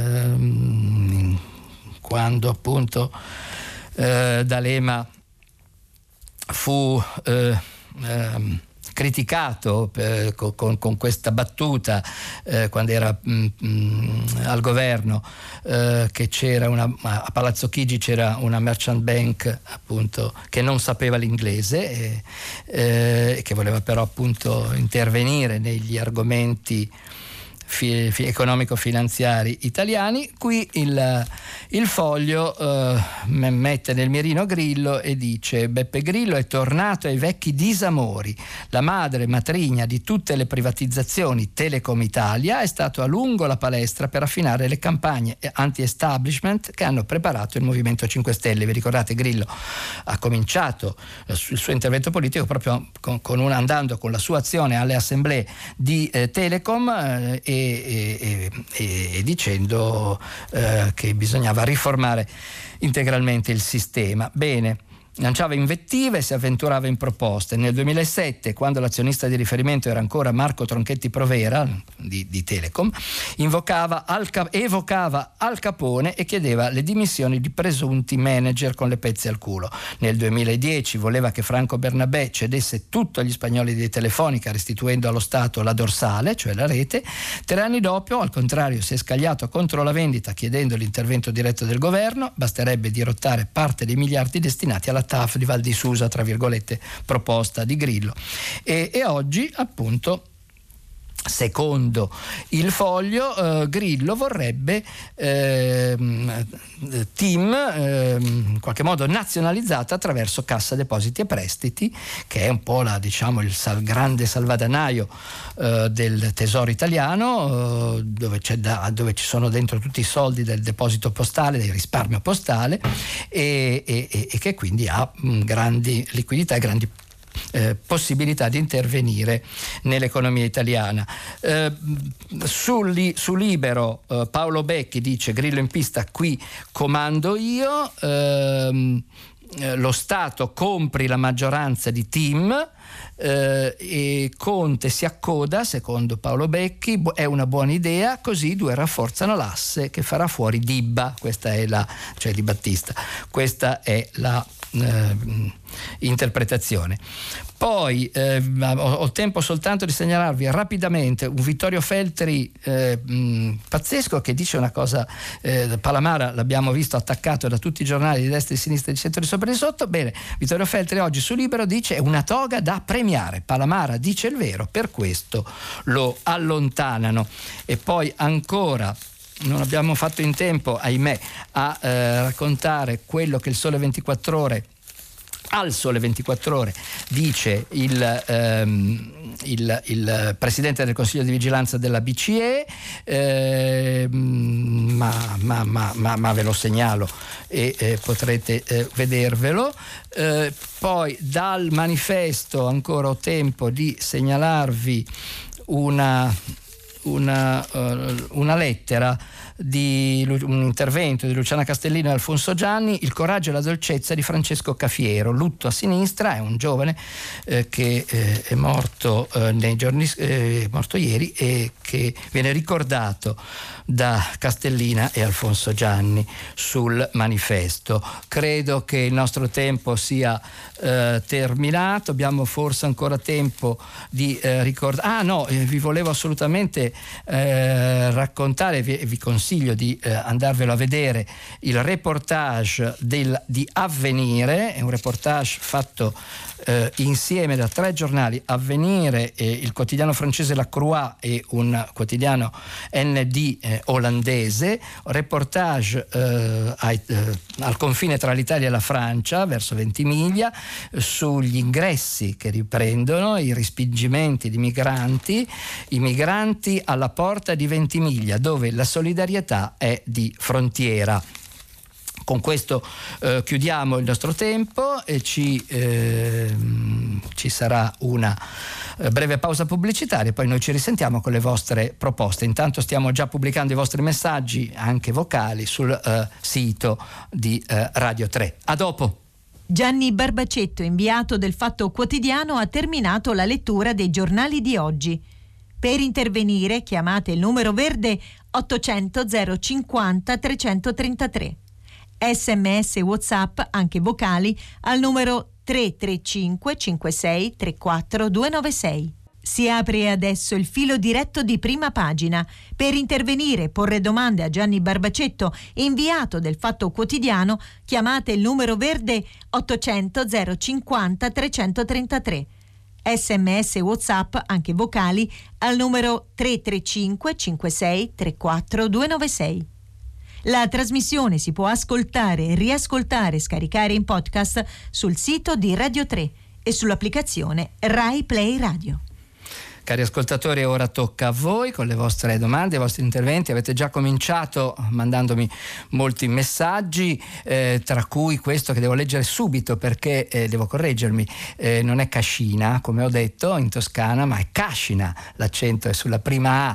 quando appunto D'Alema fu criticato con questa battuta quando era al governo, che c'era a Palazzo Chigi c'era una merchant bank appunto che non sapeva l'inglese e che voleva però appunto intervenire negli argomenti economico-finanziari italiani. Qui il Foglio mette nel mirino Grillo e dice: Beppe Grillo è tornato ai vecchi disamori, la madre matrigna di tutte le privatizzazioni, Telecom Italia, è stato a lungo la palestra per affinare le campagne anti-establishment che hanno preparato il Movimento 5 Stelle. Vi ricordate, Grillo ha cominciato il suo intervento politico proprio andando con la sua azione alle assemblee di Telecom e dicendo che bisognava riformare integralmente il sistema. Bene, lanciava invettive e si avventurava in proposte. Nel 2007, quando l'azionista di riferimento era ancora Marco Tronchetti Provera di Telecom, evocava Al Capone e chiedeva le dimissioni di presunti manager con le pezze al culo. Nel 2010 voleva che Franco Bernabé cedesse tutto agli spagnoli di Telefonica, restituendo allo Stato la dorsale, cioè la rete. 3 anni dopo, al contrario, si è scagliato contro la vendita chiedendo l'intervento diretto del governo. Basterebbe dirottare parte dei miliardi destinati alla TAF di Val di Susa, tra virgolette, proposta di Grillo. E oggi appunto, secondo il Foglio, Grillo vorrebbe TIM in qualche modo nazionalizzata attraverso Cassa Depositi e Prestiti, che è un po' il grande salvadanaio del Tesoro italiano, dove ci sono dentro tutti i soldi del deposito postale, del risparmio postale, e che quindi ha grandi liquidità e grandi possibilità di intervenire nell'economia italiana. Su Libero Paolo Becchi dice: Grillo in pista, qui comando io, lo Stato compri la maggioranza di TIM, e Conte si accoda, secondo Paolo Becchi, è una buona idea, così i due rafforzano l'asse che farà fuori Dibba, cioè Di Battista, questa è la interpretazione. Poi ho tempo soltanto di segnalarvi rapidamente un Vittorio Feltri pazzesco, che dice una cosa. Palamara l'abbiamo visto attaccato da tutti i giornali di destra e di sinistra, di centro, di sopra e di sotto. Bene, Vittorio Feltri oggi su Libero dice: è una toga da premiare, Palamara dice il vero, per questo lo allontanano. E poi ancora, non abbiamo fatto in tempo, ahimè, a raccontare quello che il Sole 24 Ore, al Sole 24 Ore, dice il Presidente del Consiglio di Vigilanza della BCE, ma ve lo segnalo e potrete vedervelo. Poi dal Manifesto ancora ho tempo di segnalarvi una lettera un intervento di Luciana Castellino e Alfonso Gianni, il coraggio e la dolcezza di Francesco Cafiero, lutto a sinistra. È un giovane che è morto morto ieri e che viene ricordato da Castellina e Alfonso Gianni sul Manifesto. Credo che il nostro tempo sia terminato, abbiamo forse ancora tempo di ricordare. Vi volevo assolutamente raccontare, vi consiglio di andarvelo a vedere, il reportage di Avvenire. È un reportage fatto insieme da 3 giornali, Avvenire, il quotidiano francese La Croix e un quotidiano ND olandese. Reportage al confine tra l'Italia e la Francia, verso Ventimiglia, sugli ingressi che riprendono, i respingimenti di migranti, i migranti alla porta di Ventimiglia, dove la solidarietà è di frontiera. Con questo chiudiamo il nostro tempo e ci sarà una breve pausa pubblicitaria, poi noi ci risentiamo con le vostre proposte. Intanto stiamo già pubblicando i vostri messaggi, anche vocali, sul sito di Radio 3. A dopo. Gianni Barbacetto, inviato del Fatto Quotidiano, ha terminato la lettura dei giornali di oggi. Per intervenire chiamate il numero verde 800 050 333. SMS e WhatsApp, anche vocali, al numero 335 56 34 296. Si apre adesso il filo diretto di Prima Pagina. Per intervenire e porre domande a Gianni Barbacetto, inviato del Fatto Quotidiano, chiamate il numero verde 800 050 333. SMS WhatsApp, anche vocali, al numero 335 56 34 296. La trasmissione si può ascoltare, riascoltare e scaricare in podcast sul sito di Radio 3 e sull'applicazione Rai Play Radio. Cari ascoltatori, ora tocca a voi con le vostre domande, i vostri interventi. Avete già cominciato mandandomi molti messaggi, tra cui questo che devo leggere subito perché devo correggermi, non è Cascina come ho detto in Toscana, ma è Cascina, l'accento è sulla prima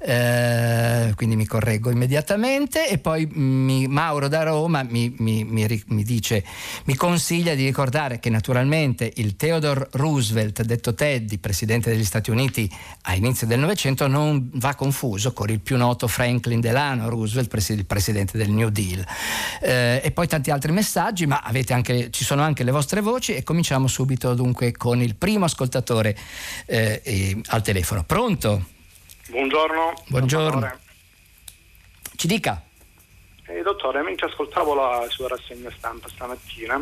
A, quindi mi correggo immediatamente. E poi Mauro da Roma mi dice, mi consiglia di ricordare che naturalmente il Theodore Roosevelt, detto Teddy, presidente degli Stati Uniti a inizio del Novecento, non va confuso con il più noto Franklin Delano Roosevelt, il presidente del New Deal. E poi tanti altri messaggi, ma ci sono anche le vostre voci, e cominciamo subito dunque con il primo ascoltatore al telefono. Pronto? Buongiorno. Buongiorno. Ci dica. Dottore, mentre ascoltavo la sua rassegna stampa stamattina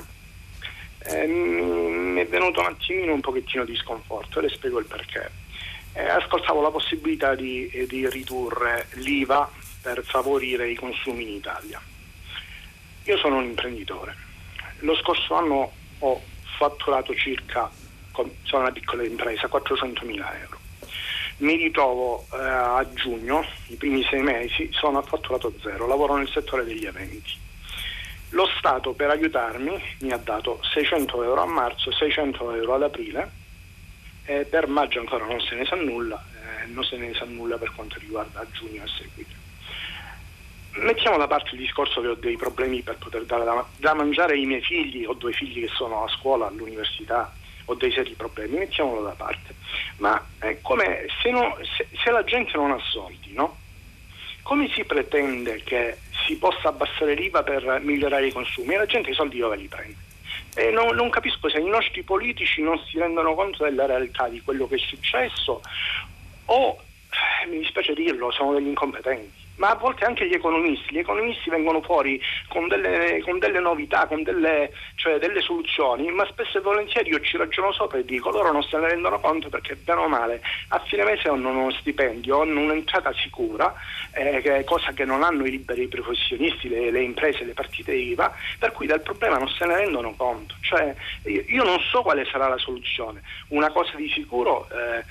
mi è venuto un attimino un pochettino di sconforto, e le spiego il perché. Ascoltavo la possibilità di ridurre l'IVA per favorire i consumi in Italia. Io sono un imprenditore. Lo scorso anno ho fatturato sono una piccola impresa, 400.000 euro. Mi ritrovo a giugno, i primi 6 mesi, sono a fatturato zero, lavoro nel settore degli eventi. Lo Stato, per aiutarmi, mi ha dato 600 euro a marzo, 600 euro ad aprile, e per maggio ancora non se ne sa nulla, per quanto riguarda giugno a seguire. Mettiamo da parte il discorso che ho dei problemi per poter dare da mangiare ai miei figli, ho 2 figli che sono a scuola, all'università, ho dei seri problemi, mettiamolo da parte. Ma come se la gente non ha soldi, no? Come si pretende che si possa abbassare l'IVA per migliorare i consumi? E la gente i soldi dove li prende? Non capisco se i nostri politici non si rendono conto della realtà di quello che è successo, o, mi dispiace dirlo, sono degli incompetenti. Ma a volte anche gli economisti vengono fuori con delle novità, con delle soluzioni, ma spesso e volentieri io ci ragiono sopra e dico, loro non se ne rendono conto perché bene o male a fine mese hanno uno stipendio, hanno un'entrata sicura, cosa che non hanno i liberi professionisti, le imprese, le partite IVA, per cui del problema non se ne rendono conto. Cioè, io non so quale sarà la soluzione. Una cosa di sicuro,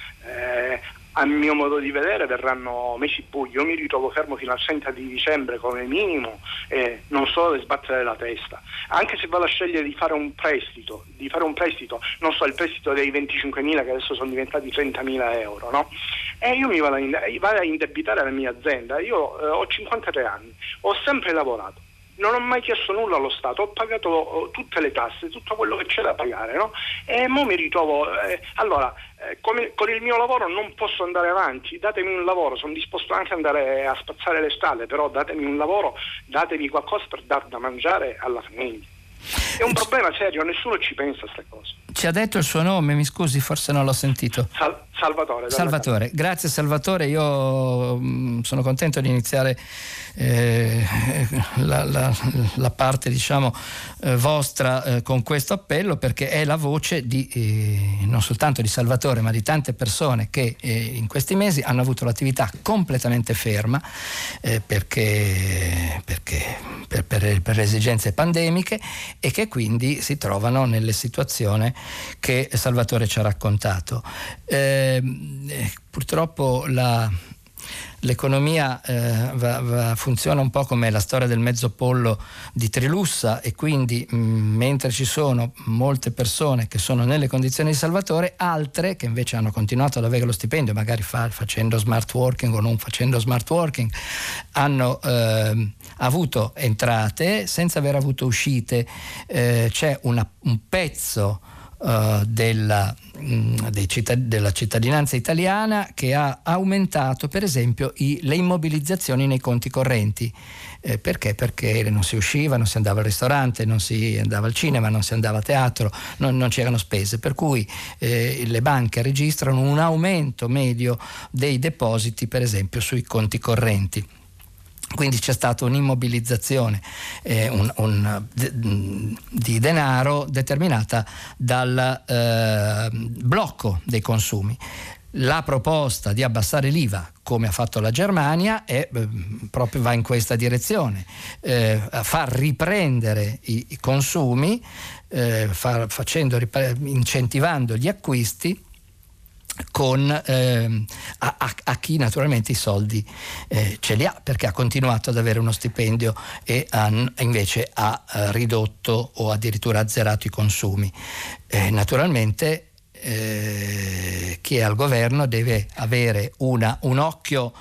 a mio modo di vedere, verranno mesi bui. Io mi ritrovo fermo fino al 30 di dicembre come minimo e non so dove sbattere la testa. Anche se vado a scegliere di fare un prestito, non so, il prestito dei 25.000 che adesso sono diventati 30.000 euro, no? E io mi vado a indebitare la mia azienda. Io ho 53 anni, ho sempre lavorato. Non ho mai chiesto nulla allo Stato, ho pagato tutte le tasse, tutto quello che c'è da pagare, no? E mo mi ritrovo, con il mio lavoro non posso andare avanti, datemi un lavoro, sono disposto anche ad andare a spazzare le stalle, però datemi un lavoro, datemi qualcosa per dar da mangiare alla famiglia. È un problema serio, nessuno ci pensa a queste cose. Ci ha detto il suo nome, mi scusi, forse non l'ho sentito. Salvatore. Salvatore, grazie Salvatore, io sono contento di iniziare la parte vostra con questo appello, perché è la voce non soltanto di Salvatore ma di tante persone che in questi mesi hanno avuto l'attività completamente ferma per le esigenze pandemiche, e che quindi si trovano nelle situazioni che Salvatore ci ha raccontato. Purtroppo l'economia funziona un po' come la storia del mezzo pollo di Trilussa, e quindi mentre ci sono molte persone che sono nelle condizioni di Salvatore, altre che invece hanno continuato ad avere lo stipendio, magari facendo smart working o non facendo smart working, hanno avuto entrate senza aver avuto uscite. C'è un pezzo della cittadinanza italiana, che ha aumentato per esempio le immobilizzazioni nei conti correnti. Perché? Perché non si usciva, non si andava al ristorante, non si andava al cinema, non si andava a teatro, non c'erano spese, per cui le banche registrano un aumento medio dei depositi per esempio sui conti correnti. Quindi c'è stata un'immobilizzazione di denaro determinata dal blocco dei consumi. La proposta di abbassare l'IVA, come ha fatto la Germania, proprio va in questa direzione, far riprendere i consumi, incentivando gli acquisti a chi naturalmente i soldi ce li ha, perché ha continuato ad avere uno stipendio e invece ha ridotto o addirittura azzerato i consumi. Naturalmente chi è al governo deve avere un occhio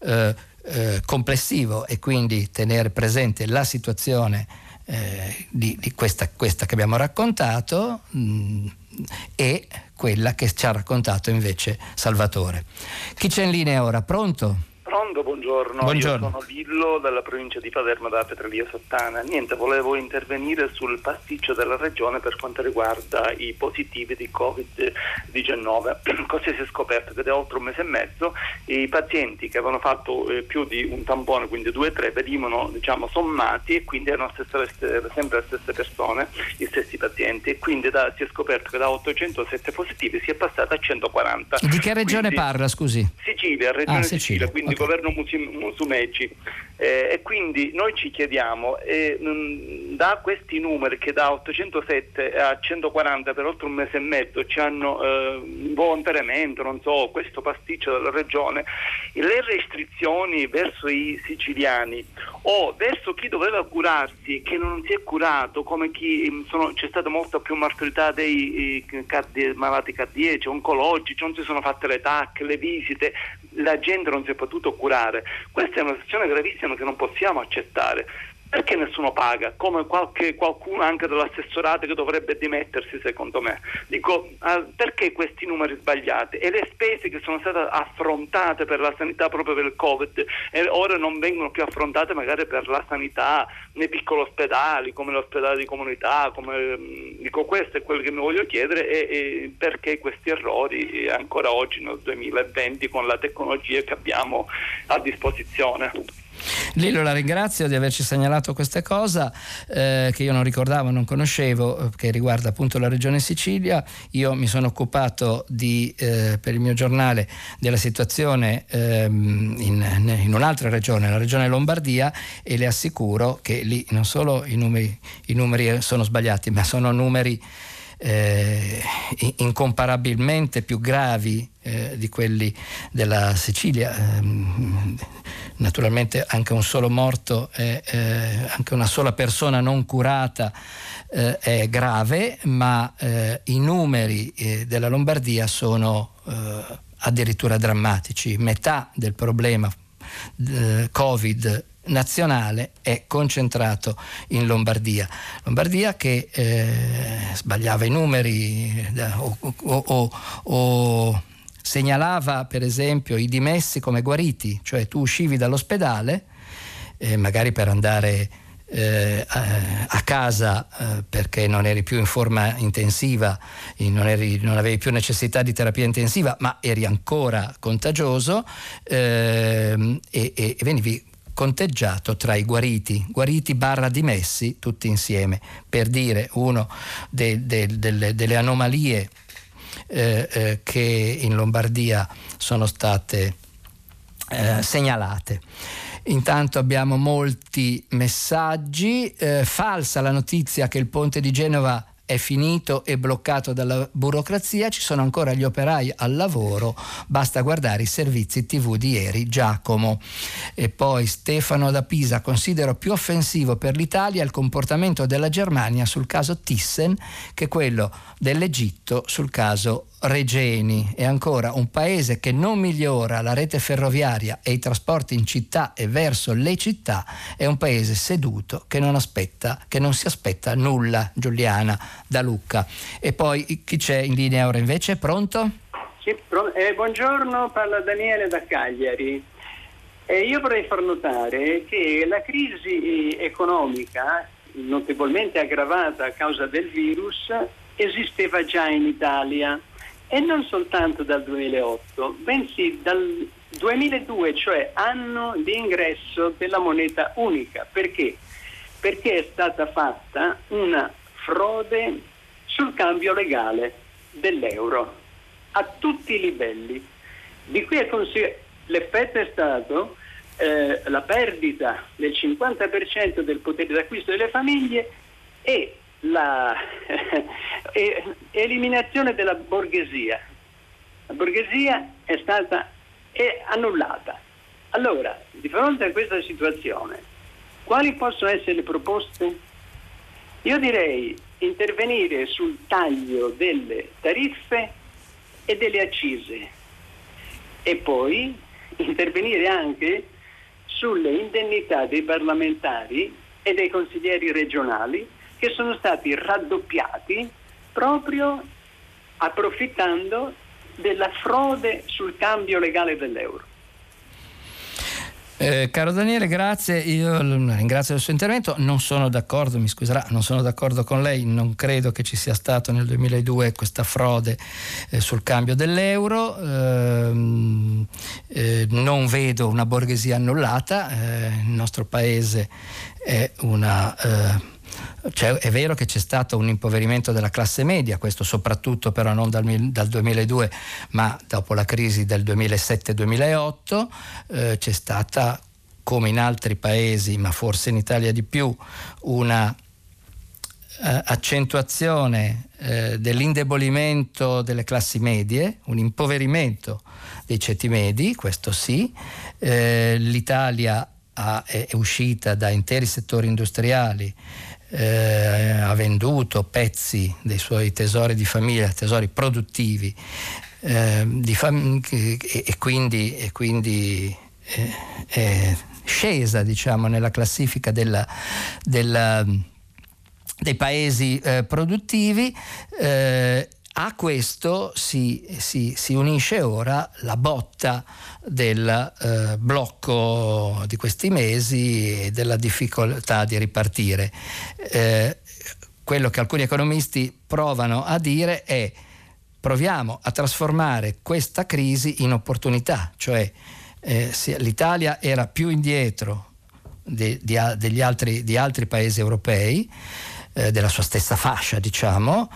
complessivo e quindi tenere presente la situazione di questa che abbiamo raccontato e quella che ci ha raccontato invece Salvatore. Chi c'è in linea ora? Pronto? Pronto, buongiorno. Buongiorno. Io sono Lillo dalla provincia di Palermo, da Petralia Sottana. Niente, volevo intervenire sul pasticcio della regione per quanto riguarda i positivi di Covid-19. Così si è scoperto che da oltre un mese e mezzo i pazienti che avevano fatto più di un tampone, quindi 2 o 3, venivano sommati e quindi erano sempre le stesse persone, gli stessi pazienti, e quindi si è scoperto che da 807 positivi si è passata a 140. Di che regione parla, scusi? Sicilia, regione Sicilia, quindi okay. Governo Musumeci. E quindi noi ci chiediamo, da questi numeri che da 807 a 140 per oltre un mese e mezzo ci hanno volontariamente, questo pasticcio della regione, le restrizioni verso i siciliani o verso chi doveva curarsi che non si è curato, come c'è stata molta più mortalità dei malati cardiaci, oncologici, non si sono fatte le TAC, le visite, la gente non si è potuto curare. Questa è una situazione gravissima che non possiamo accettare. Perché nessuno paga? Come qualcuno anche dell'assessorato che dovrebbe dimettersi, secondo me. Dico, perché questi numeri sbagliati? E le spese che sono state affrontate per la sanità proprio per il Covid e ora non vengono più affrontate magari per la sanità nei piccoli ospedali, come l'ospedale di comunità, questo è quello che mi voglio chiedere, e perché questi errori ancora oggi nel 2020 con la tecnologia che abbiamo a disposizione. Lillo, la ringrazio di averci segnalato questa cosa che io non ricordavo, non conoscevo, che riguarda appunto la regione Sicilia. Io mi sono occupato per il mio giornale della situazione in un'altra regione, la regione Lombardia, e le assicuro che lì non solo i numeri sono sbagliati, ma sono numeri incomparabilmente più gravi di quelli della Sicilia. Naturalmente anche un solo morto, anche una sola persona non curata è grave, ma i numeri della Lombardia sono addirittura drammatici. Metà del problema Covid nazionale è concentrato in Lombardia che sbagliava i numeri o segnalava per esempio i dimessi come guariti, cioè tu uscivi dall'ospedale magari per andare a casa perché non eri più in forma intensiva, non avevi più necessità di terapia intensiva, ma eri ancora contagioso e venivi conteggiato tra i guariti / dimessi tutti insieme, per dire uno delle anomalie che in Lombardia sono state segnalate. Intanto abbiamo molti messaggi. Falsa la notizia che il ponte di Genova è finito e bloccato dalla burocrazia, ci sono ancora gli operai al lavoro, basta guardare i servizi TV di ieri. Giacomo. E poi Stefano da Pisa: considero più offensivo per l'Italia il comportamento della Germania sul caso Thyssen che quello dell'Egitto sul caso Regeni. E ancora, un paese che non migliora la rete ferroviaria e i trasporti in città e verso le città è un paese seduto che non si aspetta nulla. Giuliana da Lucca. E poi chi c'è in linea ora invece? Pronto? Sì, buongiorno, parla Daniele da Cagliari. Io vorrei far notare che la crisi economica, notevolmente aggravata a causa del virus, esisteva già in Italia, e non soltanto dal 2008, bensì dal 2002, cioè anno di ingresso della moneta unica. Perché? Perché è stata fatta una frode sul cambio legale dell'euro a tutti i livelli. Di qui l'effetto è stato la perdita del 50% del potere d'acquisto delle famiglie e eliminazione della borghesia. La borghesia è stata annullata. Allora, di fronte a questa situazione, quali possono essere le proposte? Io direi intervenire sul taglio delle tariffe e delle accise, e poi intervenire anche sulle indennità dei parlamentari e dei consiglieri regionali, che sono stati raddoppiati proprio approfittando della frode sul cambio legale dell'euro. Caro Daniele, grazie, io ringrazio del suo intervento. Non sono d'accordo, mi scuserà, non sono d'accordo con lei, non credo che ci sia stato nel 2002 questa frode sul cambio dell'euro, non vedo una borghesia annullata, il nostro paese è è vero che c'è stato un impoverimento della classe media, questo soprattutto però non dal 2002 ma dopo la crisi del 2007-2008, c'è stata, come in altri paesi ma forse in Italia di più, una accentuazione dell'indebolimento delle classi medie, un impoverimento dei ceti medi, questo sì. L'Italia è uscita da interi settori industriali, ha venduto pezzi dei suoi tesori di famiglia, tesori produttivi, e quindi è scesa, diciamo, nella classifica dei paesi produttivi. A questo si unisce ora la botta del blocco di questi mesi e della difficoltà di ripartire. Quello che alcuni economisti provano a dire è: proviamo a trasformare questa crisi in opportunità, cioè l'Italia era più indietro di altri paesi europei, della sua stessa fascia, diciamo.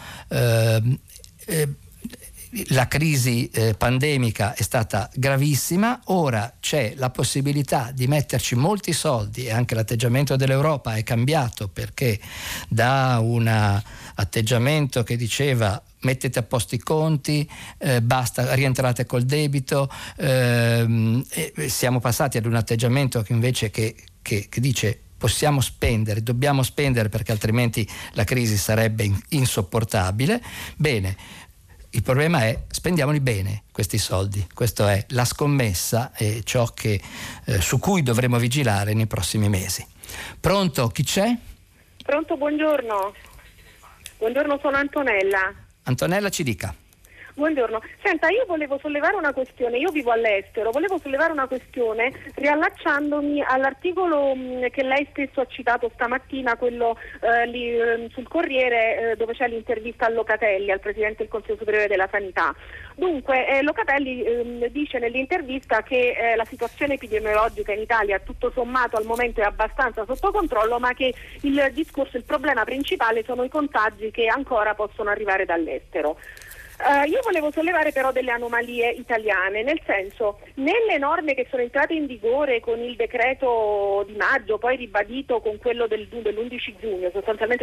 La crisi pandemica è stata gravissima, ora c'è la possibilità di metterci molti soldi e anche l'atteggiamento dell'Europa è cambiato, perché da un atteggiamento che diceva mettete a posto i conti, basta, rientrate col debito, siamo passati ad un atteggiamento che invece che dice possiamo spendere, dobbiamo spendere perché altrimenti la crisi sarebbe insopportabile. Bene, il problema è spendiamoli bene questi soldi, questa è la scommessa e ciò su cui dovremo vigilare nei prossimi mesi. Pronto, chi c'è? Pronto, buongiorno. Buongiorno, sono Antonella. Antonella, ci dica. Buongiorno, senta, io volevo sollevare una questione, io vivo all'estero, volevo sollevare una questione riallacciandomi all'articolo che lei stesso ha citato stamattina, quello lì sul Corriere, dove c'è l'intervista a Locatelli, al Presidente del Consiglio Superiore della Sanità. Dunque, Locatelli dice nell'intervista che la situazione epidemiologica in Italia tutto sommato al momento è abbastanza sotto controllo, ma che il problema principale sono i contagi che ancora possono arrivare dall'estero. Io volevo sollevare però delle anomalie italiane, nel senso, nelle norme che sono entrate in vigore con il decreto di maggio, poi ribadito con quello dell'11 giugno, sostanzialmente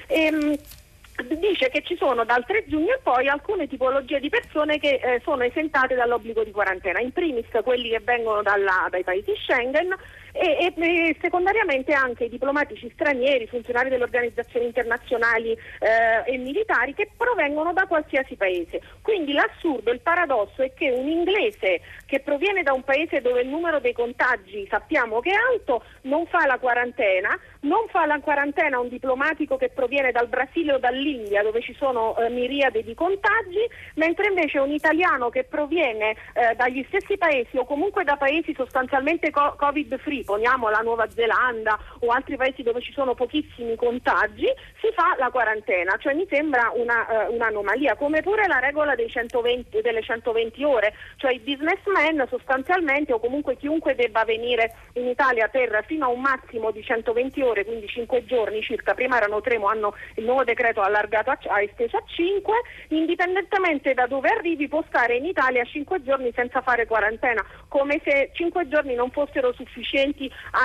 dice che ci sono dal 3 giugno in poi alcune tipologie di persone che sono esentate dall'obbligo di quarantena, in primis quelli che vengono dai paesi Schengen e secondariamente anche i diplomatici stranieri, funzionari delle organizzazioni internazionali e militari che provengono da qualsiasi paese. Quindi l'assurdo, il paradosso è che un inglese che proviene da un paese dove il numero dei contagi sappiamo che è alto non fa la quarantena, non fa la quarantena un diplomatico che proviene dal Brasile o dall'India dove ci sono miriadi di contagi, mentre invece un italiano che proviene dagli stessi paesi o comunque da paesi sostanzialmente covid free, poniamo la Nuova Zelanda o altri paesi dove ci sono pochissimi contagi, si fa la quarantena. Cioè mi sembra un'anomalia, come pure la regola delle 120 ore, cioè i businessmen sostanzialmente o comunque chiunque debba venire in Italia per fino a un massimo di 120 ore, quindi 5 giorni circa, prima erano 3 ma hanno il nuovo decreto allargato ha esteso a 5, indipendentemente da dove arrivi può stare in Italia 5 giorni senza fare quarantena, come se 5 giorni non fossero sufficienti a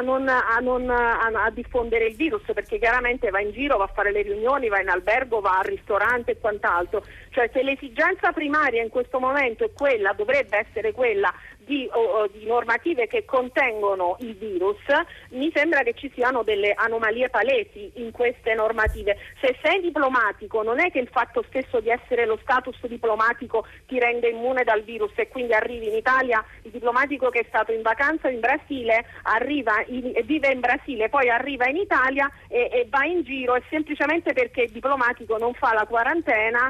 diffondere il virus, perché chiaramente va in giro, va a fare le riunioni, va in albergo, va al ristorante e quant'altro. Cioè se l'esigenza primaria in questo momento è quella, dovrebbe essere quella di normative che contengono il virus, mi sembra che ci siano delle anomalie palesi in queste normative. Se sei diplomatico non è che il fatto stesso di essere lo status diplomatico ti rende immune dal virus e quindi arrivi in Italia, il diplomatico che è stato in vacanza in Brasile vive in Brasile, poi arriva in Italia e va in giro, e semplicemente perché il diplomatico non fa la quarantena,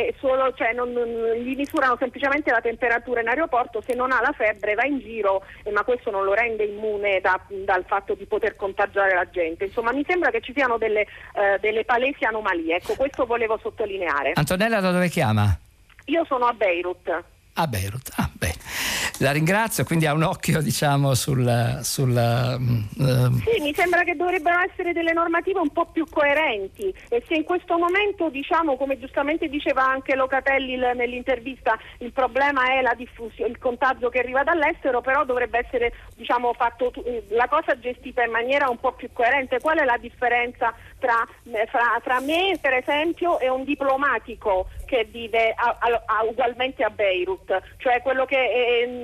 gli misurano semplicemente la temperatura in aeroporto, se non ha la febbre va in giro, ma questo non lo rende immune dal fatto di poter contagiare la gente. Insomma, mi sembra che ci siano delle palesi anomalie. Ecco, questo volevo sottolineare. Antonella, da dove chiama? Io sono a Beirut. A Beirut, la ringrazio, quindi ha un occhio diciamo Sì, mi sembra che dovrebbero essere delle normative un po' più coerenti, e se in questo momento, diciamo, come giustamente diceva anche Locatelli nell'intervista, il problema è la diffusione, il contagio che arriva dall'estero, però dovrebbe essere, diciamo, fatto la cosa gestita in maniera un po' più coerente. Qual è la differenza tra me per esempio e un diplomatico che vive ugualmente a Beirut? Cioè quello che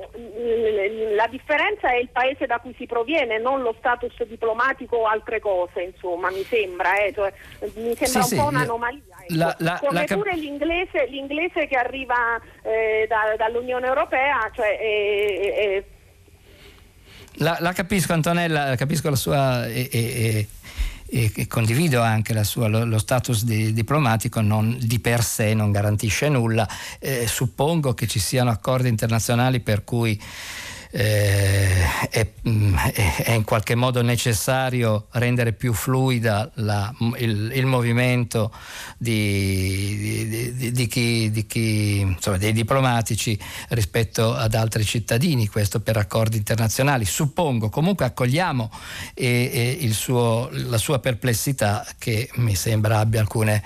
la differenza è il paese da cui si proviene, non lo status diplomatico o altre cose, insomma, mi sembra mi sembra un po' un'anomalia, ecco. Come pure l'inglese che arriva dall'Unione Europea, cioè la capisco, Antonella, capisco la sua e condivido anche lo status diplomatico in sé non garantisce nulla. Suppongo che ci siano accordi internazionali per cui è in qualche modo necessario rendere più fluida il movimento di chi insomma, dei diplomatici rispetto ad altri cittadini, questo per accordi internazionali. Suppongo, comunque accogliamo la sua perplessità, che mi sembra abbia alcune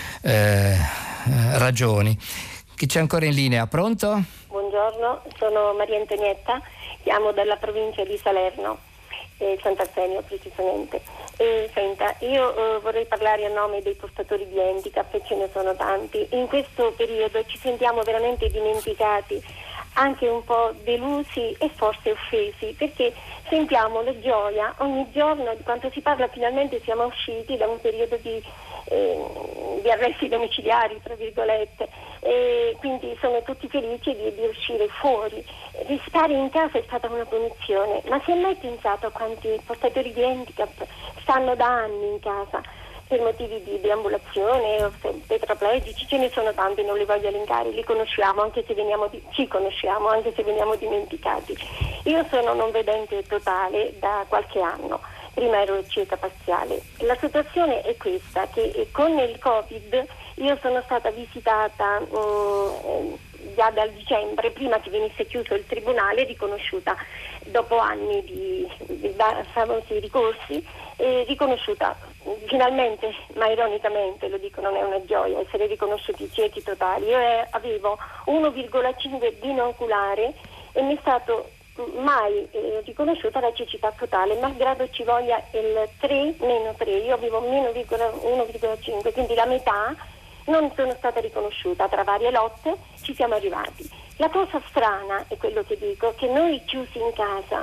ragioni. Chi c'è ancora in linea? Pronto? Buongiorno, sono Maria Antonietta, chiamo dalla provincia di Salerno, Sant'Arsenio precisamente. Senta, io vorrei parlare a nome dei portatori di handicap, e ce ne sono tanti. In questo periodo ci sentiamo veramente dimenticati, anche un po' delusi e forse offesi, perché sentiamo la gioia ogni giorno di quanto si parla, finalmente siamo usciti da un periodo di arresti domiciliari, tra virgolette, e quindi sono tutti felici di uscire fuori. Restare in casa è stata una punizione, ma si è mai pensato a quanti portatori di handicap stanno da anni in casa per motivi di deambulazione o tetraplegici? Ce ne sono tanti, non li voglio elencare, li conosciamo anche se ci conosciamo anche se veniamo dimenticati. Io sono non vedente totale da qualche anno, prima ero cieca parziale. La situazione è questa, che con il Covid io sono stata visitata già dal dicembre, prima che venisse chiuso il tribunale, riconosciuta dopo anni di famosi ricorsi, riconosciuta finalmente, ma ironicamente lo dico, non è una gioia essere riconosciuti ciechi totali. Io avevo 1,5 binoculare e mi è stato mai riconosciuta la cecità totale, malgrado ci voglia il 3 meno 3, io avevo meno 1,5, quindi la metà. Non sono stata riconosciuta, tra varie lotte ci siamo arrivati. La cosa strana è quello che dico, che noi chiusi in casa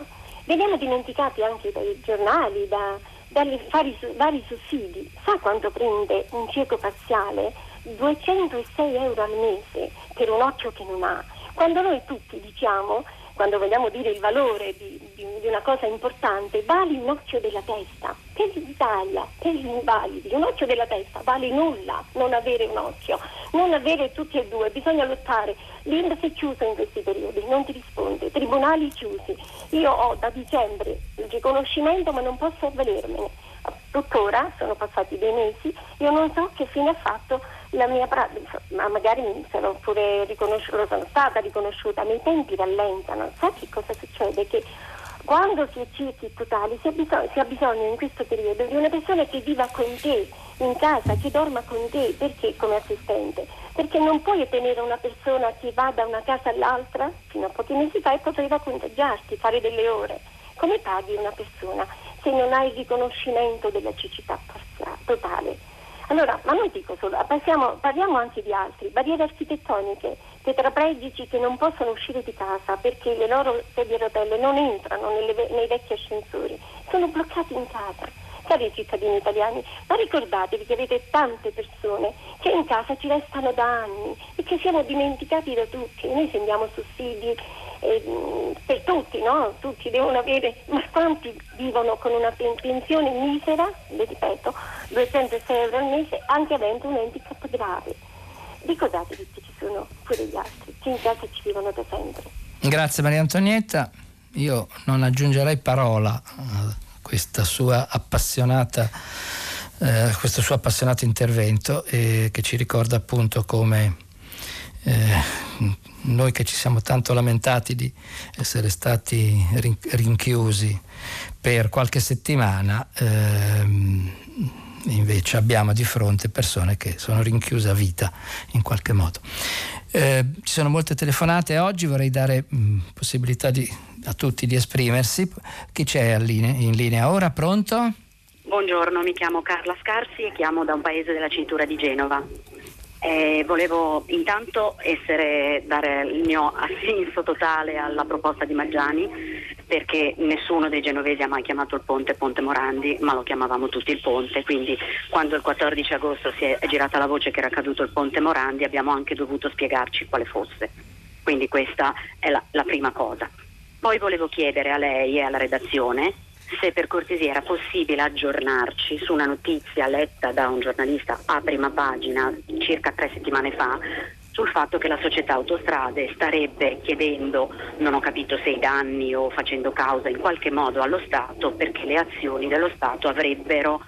Veniamo dimenticati anche dai giornali, dai vari sussidi. Sa quanto prende un cieco parziale? 206 euro al mese per un occhio che non ha. Quando noi tutti diciamo, quando vogliamo dire il valore di una cosa importante, vale un occhio della testa. Per l'Italia, per gli invalidi, un occhio della testa vale nulla, non avere un occhio, non avere tutti e due, bisogna lottare. L'INPS è chiuso in questi periodi, non ti risponde, tribunali chiusi. Io ho da dicembre il riconoscimento ma non posso avvalermene. Tuttora sono passati dei mesi, io non so che fine ha fatto la mia pratica, ma magari sono stata riconosciuta, ma i tempi rallentano. Sa che cosa succede? Che quando si è ciechi totali si ha bisogno in questo periodo di una persona che viva con te in casa, che dorma con te, perché come assistente? Perché non puoi tenere una persona che va da una casa all'altra, fino a pochi mesi fa e poteva contagiarti, fare delle ore. Come paghi una persona se non hai il riconoscimento della cecità totale? Allora, ma non dico solo, parliamo anche di altri, barriere architettoniche, tetraplegici che non possono uscire di casa perché le loro sedie a rotelle non entrano nei vecchi ascensori, sono bloccati in casa. Cari cittadini italiani, ma ricordatevi che avete tante persone che in casa ci restano da anni e che siamo dimenticati da tutti. Noi sentiamo sussidi per tutti, no? Tutti devono avere, ma quanti vivono con una pensione misera, le ripeto, 206 euro al mese, anche avendo un handicap grave. Ricordatevi che ci sono pure gli altri, che in casa ci vivono da sempre. Grazie Maria Antonietta, io non aggiungerei parola a questo suo appassionato intervento, che ci ricorda appunto come noi che ci siamo tanto lamentati di essere stati rinchiusi per qualche settimana, invece abbiamo di fronte persone che sono rinchiuse a vita in qualche modo. Ci sono molte telefonate oggi, vorrei dare possibilità a tutti di esprimersi. Chi c'è in linea ora? Pronto? Buongiorno, mi chiamo Carla Scarsi e chiamo da un paese della cintura di Genova. Volevo intanto dare il mio assenso totale alla proposta di Maggiani, perché nessuno dei genovesi ha mai chiamato il ponte Morandi, ma lo chiamavamo tutti il ponte, quindi quando il 14 agosto si è girata la voce che era caduto il ponte Morandi abbiamo anche dovuto spiegarci quale fosse, quindi questa è la prima cosa. Poi volevo chiedere a lei e alla redazione se per cortesia era possibile aggiornarci su una notizia letta da un giornalista a prima pagina circa 3 settimane fa sul fatto che la società Autostrade starebbe chiedendo, non ho capito se i danni o facendo causa in qualche modo allo Stato, perché le azioni dello Stato avrebbero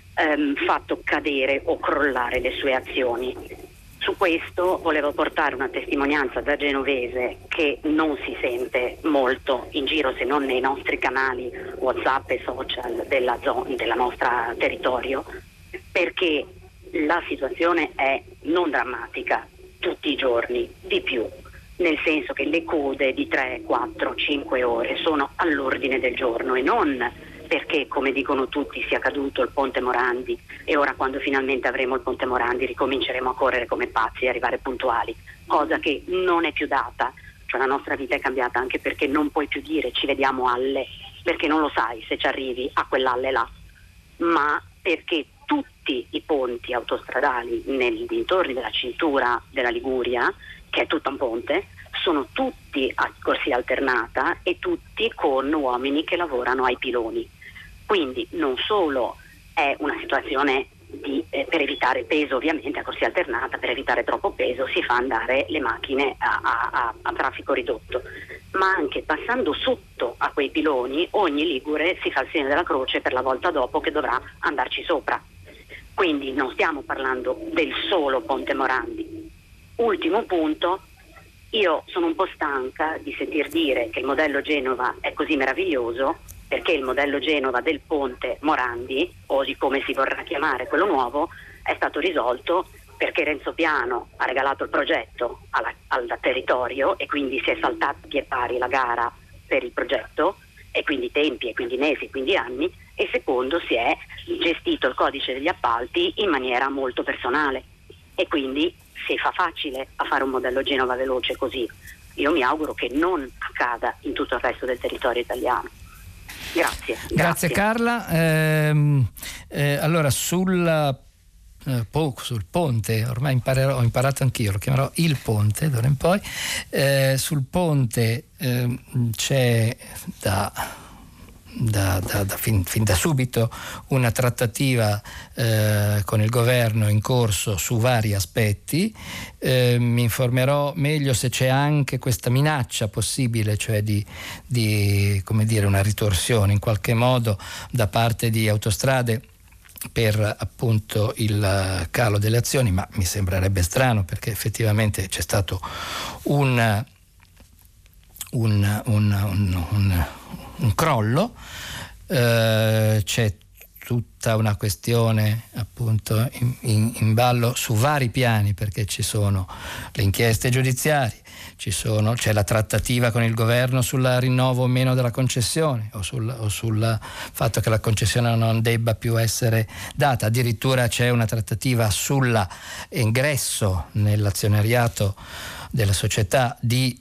fatto cadere o crollare le sue azioni. Su questo volevo portare una testimonianza da genovese che non si sente molto in giro, se non nei nostri canali WhatsApp e social del nostro territorio, perché la situazione è non drammatica tutti i giorni, di più, nel senso che le code di 3, 4, 5 ore sono all'ordine del giorno, e non perché, come dicono tutti, sia caduto il ponte Morandi e ora quando finalmente avremo il ponte Morandi ricominceremo a correre come pazzi e arrivare puntuali, cosa che non è più data. Cioè la nostra vita è cambiata anche perché non puoi più dire ci vediamo alle, perché non lo sai se ci arrivi a quell'alle là, ma perché tutti i ponti autostradali nei dintorni della cintura della Liguria, che è tutto un ponte, sono tutti a corsia alternata e tutti con uomini che lavorano ai piloni. Quindi non solo è una situazione per evitare peso, ovviamente a corsia alternata, per evitare troppo peso si fa andare le macchine a traffico ridotto, ma anche passando sotto a quei piloni ogni ligure si fa il segno della croce per la volta dopo che dovrà andarci sopra. Quindi non stiamo parlando del solo ponte Morandi. Ultimo punto, io sono un po' stanca di sentir dire che il modello Genova è così meraviglioso, perché il modello Genova del ponte Morandi, o di come si vorrà chiamare quello nuovo, è stato risolto perché Renzo Piano ha regalato il progetto al territorio e quindi si è saltata a pie pari la gara per il progetto, e quindi tempi, e quindi mesi, e quindi anni, e secondo si è gestito il codice degli appalti in maniera molto personale e quindi si fa facile a fare un modello Genova veloce così. Io mi auguro che non accada in tutto il resto del territorio italiano. Grazie Carla. Allora sul ponte, ormai ho imparato anch'io, lo chiamerò il ponte d'ora in poi. Sul ponte c'è fin da subito una trattativa con il governo in corso su vari aspetti. Mi informerò meglio se c'è anche questa minaccia possibile, cioè di come dire, una ritorsione in qualche modo da parte di Autostrade per appunto il calo delle azioni, ma mi sembrerebbe strano perché effettivamente c'è stato un crollo, c'è tutta una questione appunto in ballo su vari piani, perché ci sono le inchieste giudiziarie, c'è la trattativa con il governo sul rinnovo o meno della concessione o sul fatto che la concessione non debba più essere data, addirittura c'è una trattativa sull'ingresso nell'azionariato della società di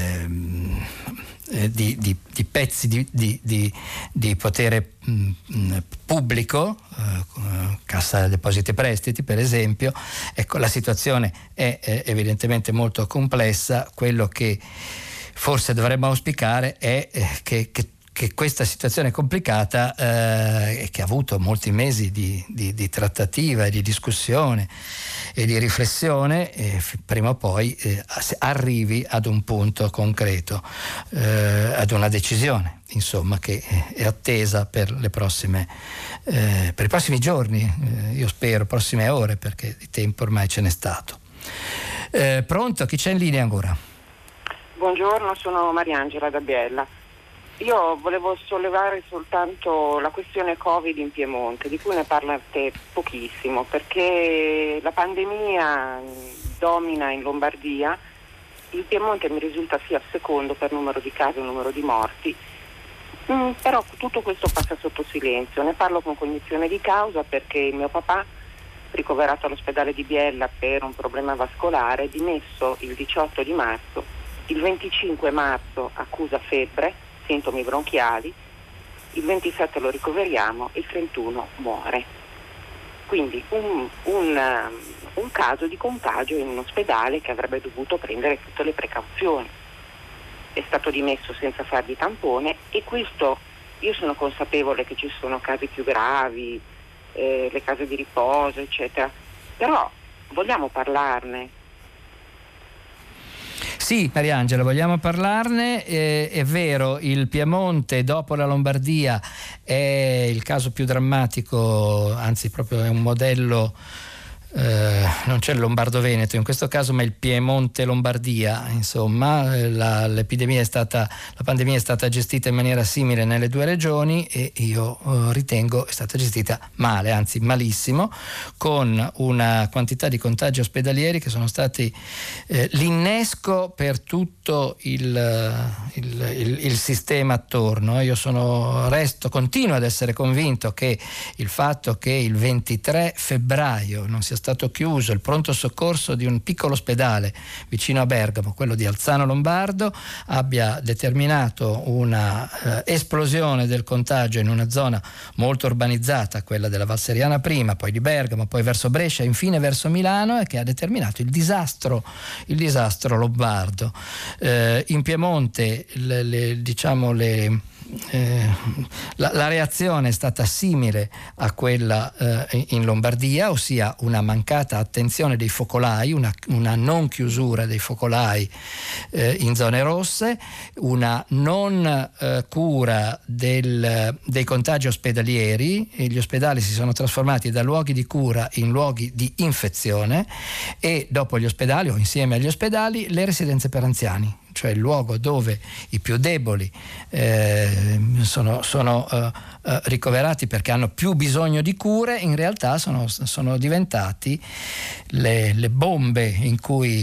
pezzi di potere pubblico, Cassa Depositi e Prestiti per esempio. Ecco, la situazione è evidentemente molto complessa. Quello che forse dovremmo auspicare è che questa situazione complicata che ha avuto molti mesi di trattativa e di discussione e di riflessione, prima o poi arrivi ad un punto concreto, ad una decisione, insomma, che è attesa per i prossimi giorni, io spero, prossime ore, perché di tempo ormai ce n'è stato. Pronto? Chi c'è in linea ancora? Buongiorno, sono Mariangela da Biella. Io volevo sollevare soltanto la questione Covid in Piemonte, di cui ne parlate pochissimo, perché la pandemia domina in Lombardia, il Piemonte mi risulta sia secondo per numero di casi e numero di morti, però tutto questo passa sotto silenzio. Ne parlo con cognizione di causa perché il mio papà, ricoverato all'ospedale di Biella per un problema vascolare, dimesso il 18 di marzo, il 25 marzo accusa febbre, sintomi bronchiali, il 27 lo ricoveriamo e il 31 muore. Quindi un caso di contagio in un ospedale che avrebbe dovuto prendere tutte le precauzioni. È stato dimesso senza fargli tampone, e questo, io sono consapevole che ci sono casi più gravi, le case di riposo eccetera, però vogliamo parlarne. Sì, Mariangela, vogliamo parlarne. È vero, il Piemonte dopo la Lombardia è il caso più drammatico, anzi proprio è un modello, non c'è il Lombardo-Veneto in questo caso, ma il Piemonte-Lombardia, insomma. La pandemia è stata gestita in maniera simile nelle due regioni e io ritengo è stata gestita male, anzi malissimo, con una quantità di contagi ospedalieri che sono stati l'innesco per tutto il sistema attorno. Io continuo ad essere convinto che il fatto che il 23 febbraio non sia stato chiuso il pronto soccorso di un piccolo ospedale vicino a Bergamo, quello di Alzano Lombardo, abbia determinato una esplosione del contagio in una zona molto urbanizzata, quella della Valseriana prima, poi di Bergamo, poi verso Brescia, infine verso Milano, e che ha determinato il disastro lombardo. In Piemonte la reazione è stata simile a quella in Lombardia, ossia una mancata attenzione dei focolai, una non chiusura dei focolai in zone rosse, una non cura dei contagi ospedalieri, e gli ospedali si sono trasformati da luoghi di cura in luoghi di infezione, e dopo gli ospedali o insieme agli ospedali le residenze per anziani, cioè il luogo dove i più deboli sono ricoverati perché hanno più bisogno di cure, in realtà sono diventati le bombe in cui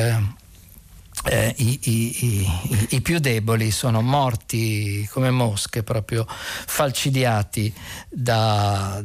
i più deboli sono morti come mosche, proprio falcidiati da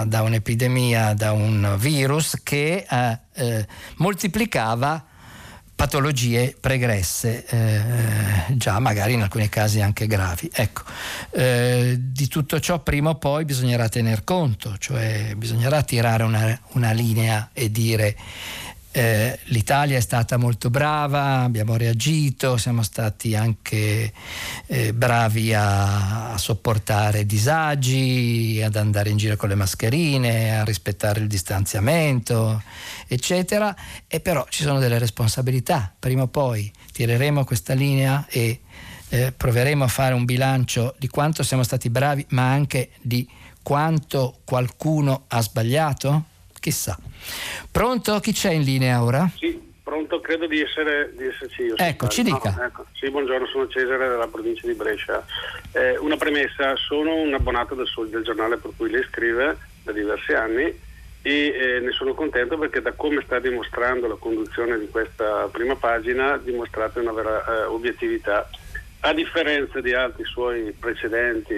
un'epidemia, da un virus che moltiplicava patologie pregresse, già magari in alcuni casi anche gravi. Ecco, di tutto ciò prima o poi bisognerà tener conto, cioè bisognerà tirare una linea e dire l'Italia è stata molto brava, abbiamo reagito, siamo stati anche bravi a sopportare disagi, ad andare in giro con le mascherine, a rispettare il distanziamento, eccetera, e però ci sono delle responsabilità. Prima o poi tireremo questa linea e proveremo a fare un bilancio di quanto siamo stati bravi, ma anche di quanto qualcuno ha sbagliato? Chissà. Pronto? Chi c'è in linea ora? Sì, pronto, credo di esserci io. Ecco, ci dica. No, ecco. Sì, buongiorno, sono Cesare della provincia di Brescia. Una premessa, sono un abbonato del giornale per cui lei scrive da diversi anni e ne sono contento perché da come sta dimostrando la conduzione di questa prima pagina dimostrate una vera obiettività, a differenza di altri suoi precedenti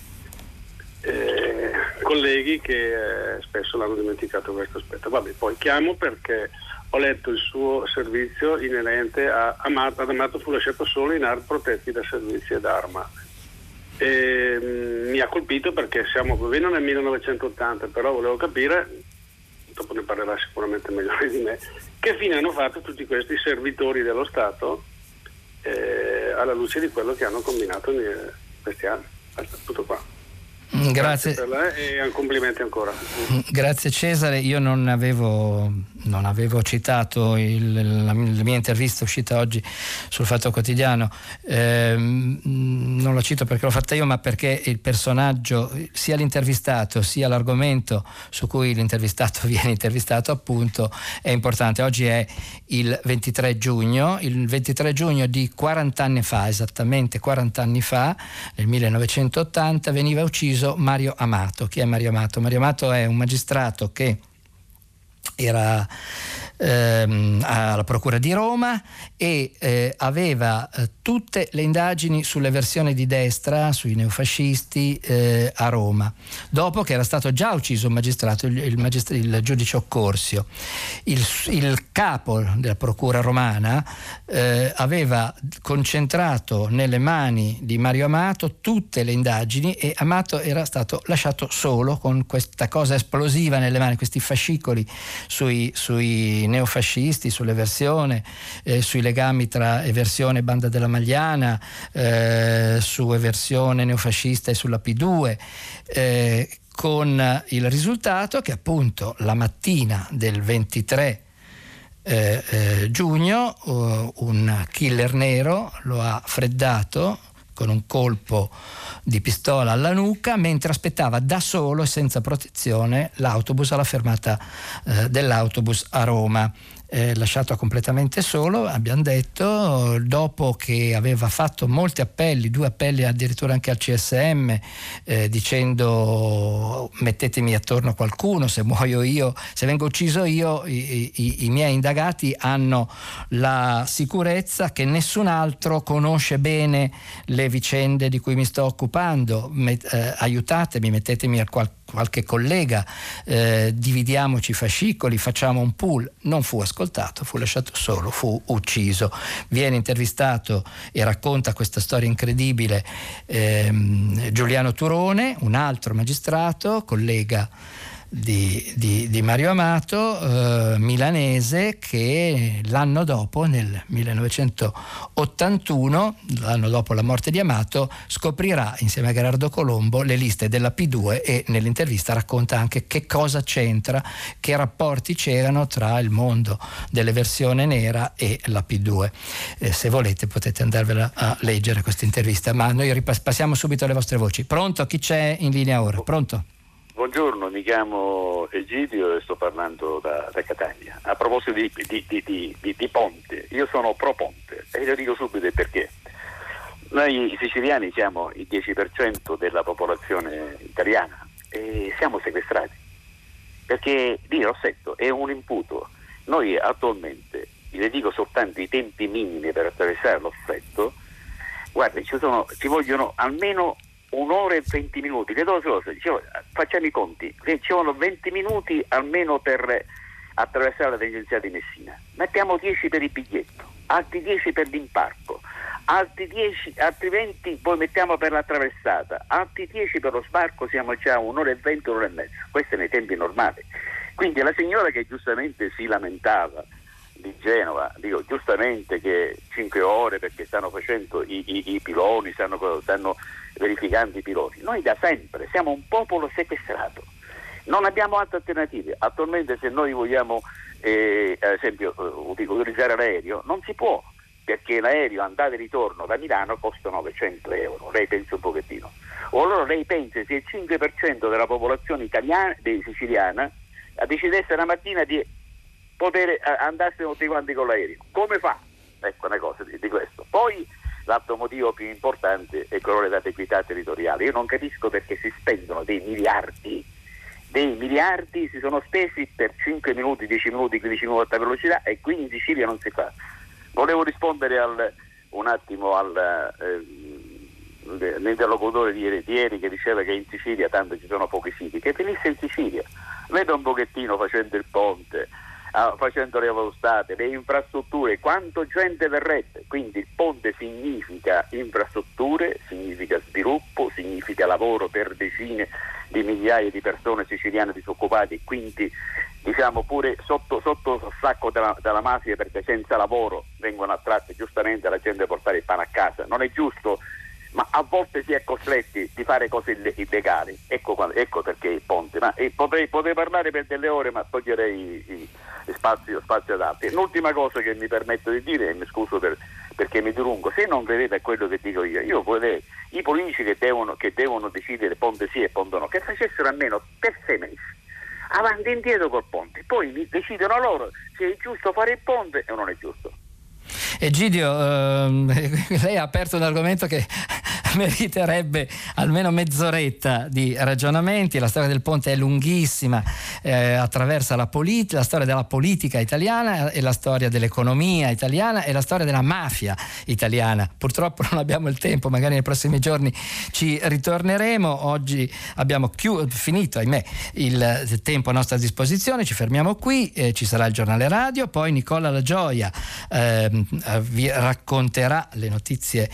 colleghi che spesso l'hanno dimenticato questo aspetto. Vabbè, poi chiamo perché ho letto il suo servizio inerente ad Amato fu lasciato solo in aree protetti da servizi ed arma. Mi ha colpito perché siamo bene nel 1980, però volevo capire, dopo ne parlerà sicuramente meglio di me, che fine hanno fatto tutti questi servitori dello Stato alla luce di quello che hanno combinato in questi anni. Tutto qua. Grazie e complimenti ancora. Grazie Cesare, io non avevo citato la mia intervista uscita oggi sul Fatto Quotidiano, non lo cito perché l'ho fatta io, ma perché il personaggio, sia l'intervistato sia l'argomento su cui l'intervistato viene intervistato appunto è importante. Oggi è il 23 giugno di 40 anni fa, esattamente 40 anni fa, nel 1980 veniva ucciso Mario Amato. Chi è Mario Amato? Mario Amato è un magistrato che era alla Procura di Roma e aveva tutte le indagini sull'eversione di destra, sui neofascisti a Roma, dopo che era stato già ucciso un magistrato, il giudice Occorsio. Il capo della Procura romana aveva concentrato nelle mani di Mario Amato tutte le indagini e Amato era stato lasciato solo con questa cosa esplosiva nelle mani, questi fascicoli sui neofascisti, sull'eversione, sui legami tra eversione e Banda della Magliana, su eversione neofascista e sulla P2, con il risultato che appunto la mattina del 23 giugno un killer nero lo ha freddato con un colpo di pistola alla nuca mentre aspettava da solo e senza protezione l'autobus alla fermata dell'autobus a Roma. Lasciato completamente solo, abbiamo detto, dopo che aveva fatto molti appelli, 2 appelli addirittura anche al CSM, dicendo mettetemi attorno qualcuno, se muoio io, se vengo ucciso io, i miei indagati hanno la sicurezza che nessun altro conosce bene le vicende di cui mi sto occupando, aiutatemi, mettetemi a qualche collega, dividiamoci i fascicoli, facciamo un pool. Non fu ascoltato, fu lasciato solo, fu ucciso. Viene intervistato e racconta questa storia incredibile Giuliano Turone, un altro magistrato, collega di Mario Amato, milanese, che l'anno dopo, nel 1981, l'anno dopo la morte di Amato, scoprirà insieme a Gerardo Colombo le liste della P2 e nell'intervista racconta anche che cosa c'entra, che rapporti c'erano tra il mondo dell'eversione nera e la P2. Se volete potete andarvela a leggere questa intervista, ma noi passiamo subito alle vostre voci. Pronto? Chi c'è in linea ora? Pronto? Buongiorno, mi chiamo Egidio e sto parlando da Catania. A proposito di ponte, io sono pro ponte e lo dico subito il perché. Noi siciliani siamo il 10% della popolazione italiana e siamo sequestrati perché lì Rossetto è un imputo. Noi attualmente, le dico soltanto i tempi minimi per attraversare lo stretto, guardi, ci vogliono almeno 1 ora e 20 minuti, le due cose, facciamo i conti, ci vogliono 20 minuti almeno per attraversare la tangenziale di Messina, mettiamo 10 per il biglietto, altri 10 per l'imbarco, altri 20 poi mettiamo per la traversata, altri 10 per lo sbarco, siamo già a 1 ora e 20, 1 ora e mezza. Questo è nei tempi normali. Quindi la signora che giustamente si lamentava di Genova, dico giustamente che 5 ore perché stanno facendo i piloni, stanno verificando i piloni. Noi da sempre siamo un popolo sequestrato, non abbiamo altre alternative. Attualmente se noi vogliamo ad esempio utilizzare l'aereo non si può, perché l'aereo andata e ritorno da Milano costa 900 euro. Lei pensa un pochettino, o allora lei pensa se il 5% della popolazione italiana, siciliana, decidesse la mattina di poter andarsene tutti quanti con l'aereo, come fa? Ecco una cosa di questo. Poi l'altro motivo più importante è quello dell'equità territoriale. Io non capisco perché si spendono dei miliardi, si sono spesi per 5 minuti, 10 minuti, 15 minuti a alta velocità, e qui in Sicilia non si fa. Volevo rispondere un attimo all'interlocutore di ieri che diceva che in Sicilia tanto ci sono pochi siti, che venisse in Sicilia, veda un pochettino facendo il ponte, facendo le autostrade, le infrastrutture, quanto gente verrebbe. Quindi il ponte significa infrastrutture, significa sviluppo, significa lavoro per decine di migliaia di persone siciliane disoccupate, quindi diciamo pure sotto sacco della mafia, perché senza lavoro vengono attratte giustamente la gente a portare il pane a casa. Non è giusto, ma a volte si è costretti di fare cose illegali. Ecco perché il ponte. Ma potrei parlare per delle ore, ma toglierei spazio ad altri. L'ultima cosa che mi permetto di dire, e mi scuso perché mi dilungo, se non credete a quello che dico io vorrei i politici che devono decidere ponte sì e ponte no, che facessero almeno per 6 mesi avanti e indietro col ponte, poi decidono loro se è giusto fare il ponte o non è giusto. Egidio, lei ha aperto un argomento che meriterebbe almeno mezz'oretta di ragionamenti. La storia del ponte è lunghissima, attraversa la storia della politica italiana e la storia dell'economia italiana e la storia della mafia italiana. Purtroppo non abbiamo il tempo, magari nei prossimi giorni ci ritorneremo. Oggi abbiamo finito, ahimè, il tempo a nostra disposizione, ci fermiamo qui, ci sarà il giornale radio, poi Nicola La Gioia vi racconterà le notizie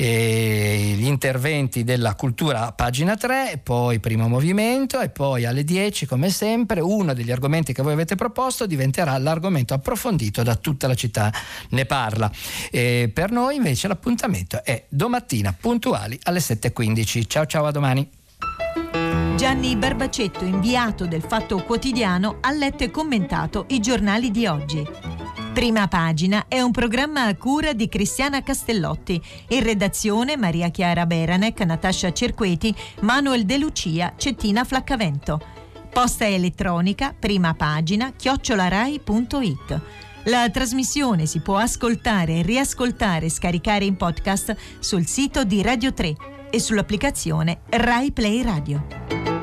e gli interventi della cultura a pagina 3, poi Primo Movimento, e poi alle 10 come sempre uno degli argomenti che voi avete proposto diventerà l'argomento approfondito da Tutta la città ne parla. E per noi invece l'appuntamento è domattina puntuali alle 7:15. Ciao, a domani. Gianni Barbacetto, inviato del Fatto Quotidiano, ha letto e commentato i giornali di oggi. Prima Pagina è un programma a cura di Cristiana Castellotti. In redazione Maria Chiara Beranec, Natascia Cerqueti, Manuel De Lucia, Cettina Flaccavento. Posta elettronica primapagina@rai.it. La trasmissione si può ascoltare, riascoltare e scaricare in podcast sul sito di Radio 3 e sull'applicazione Rai Play Radio.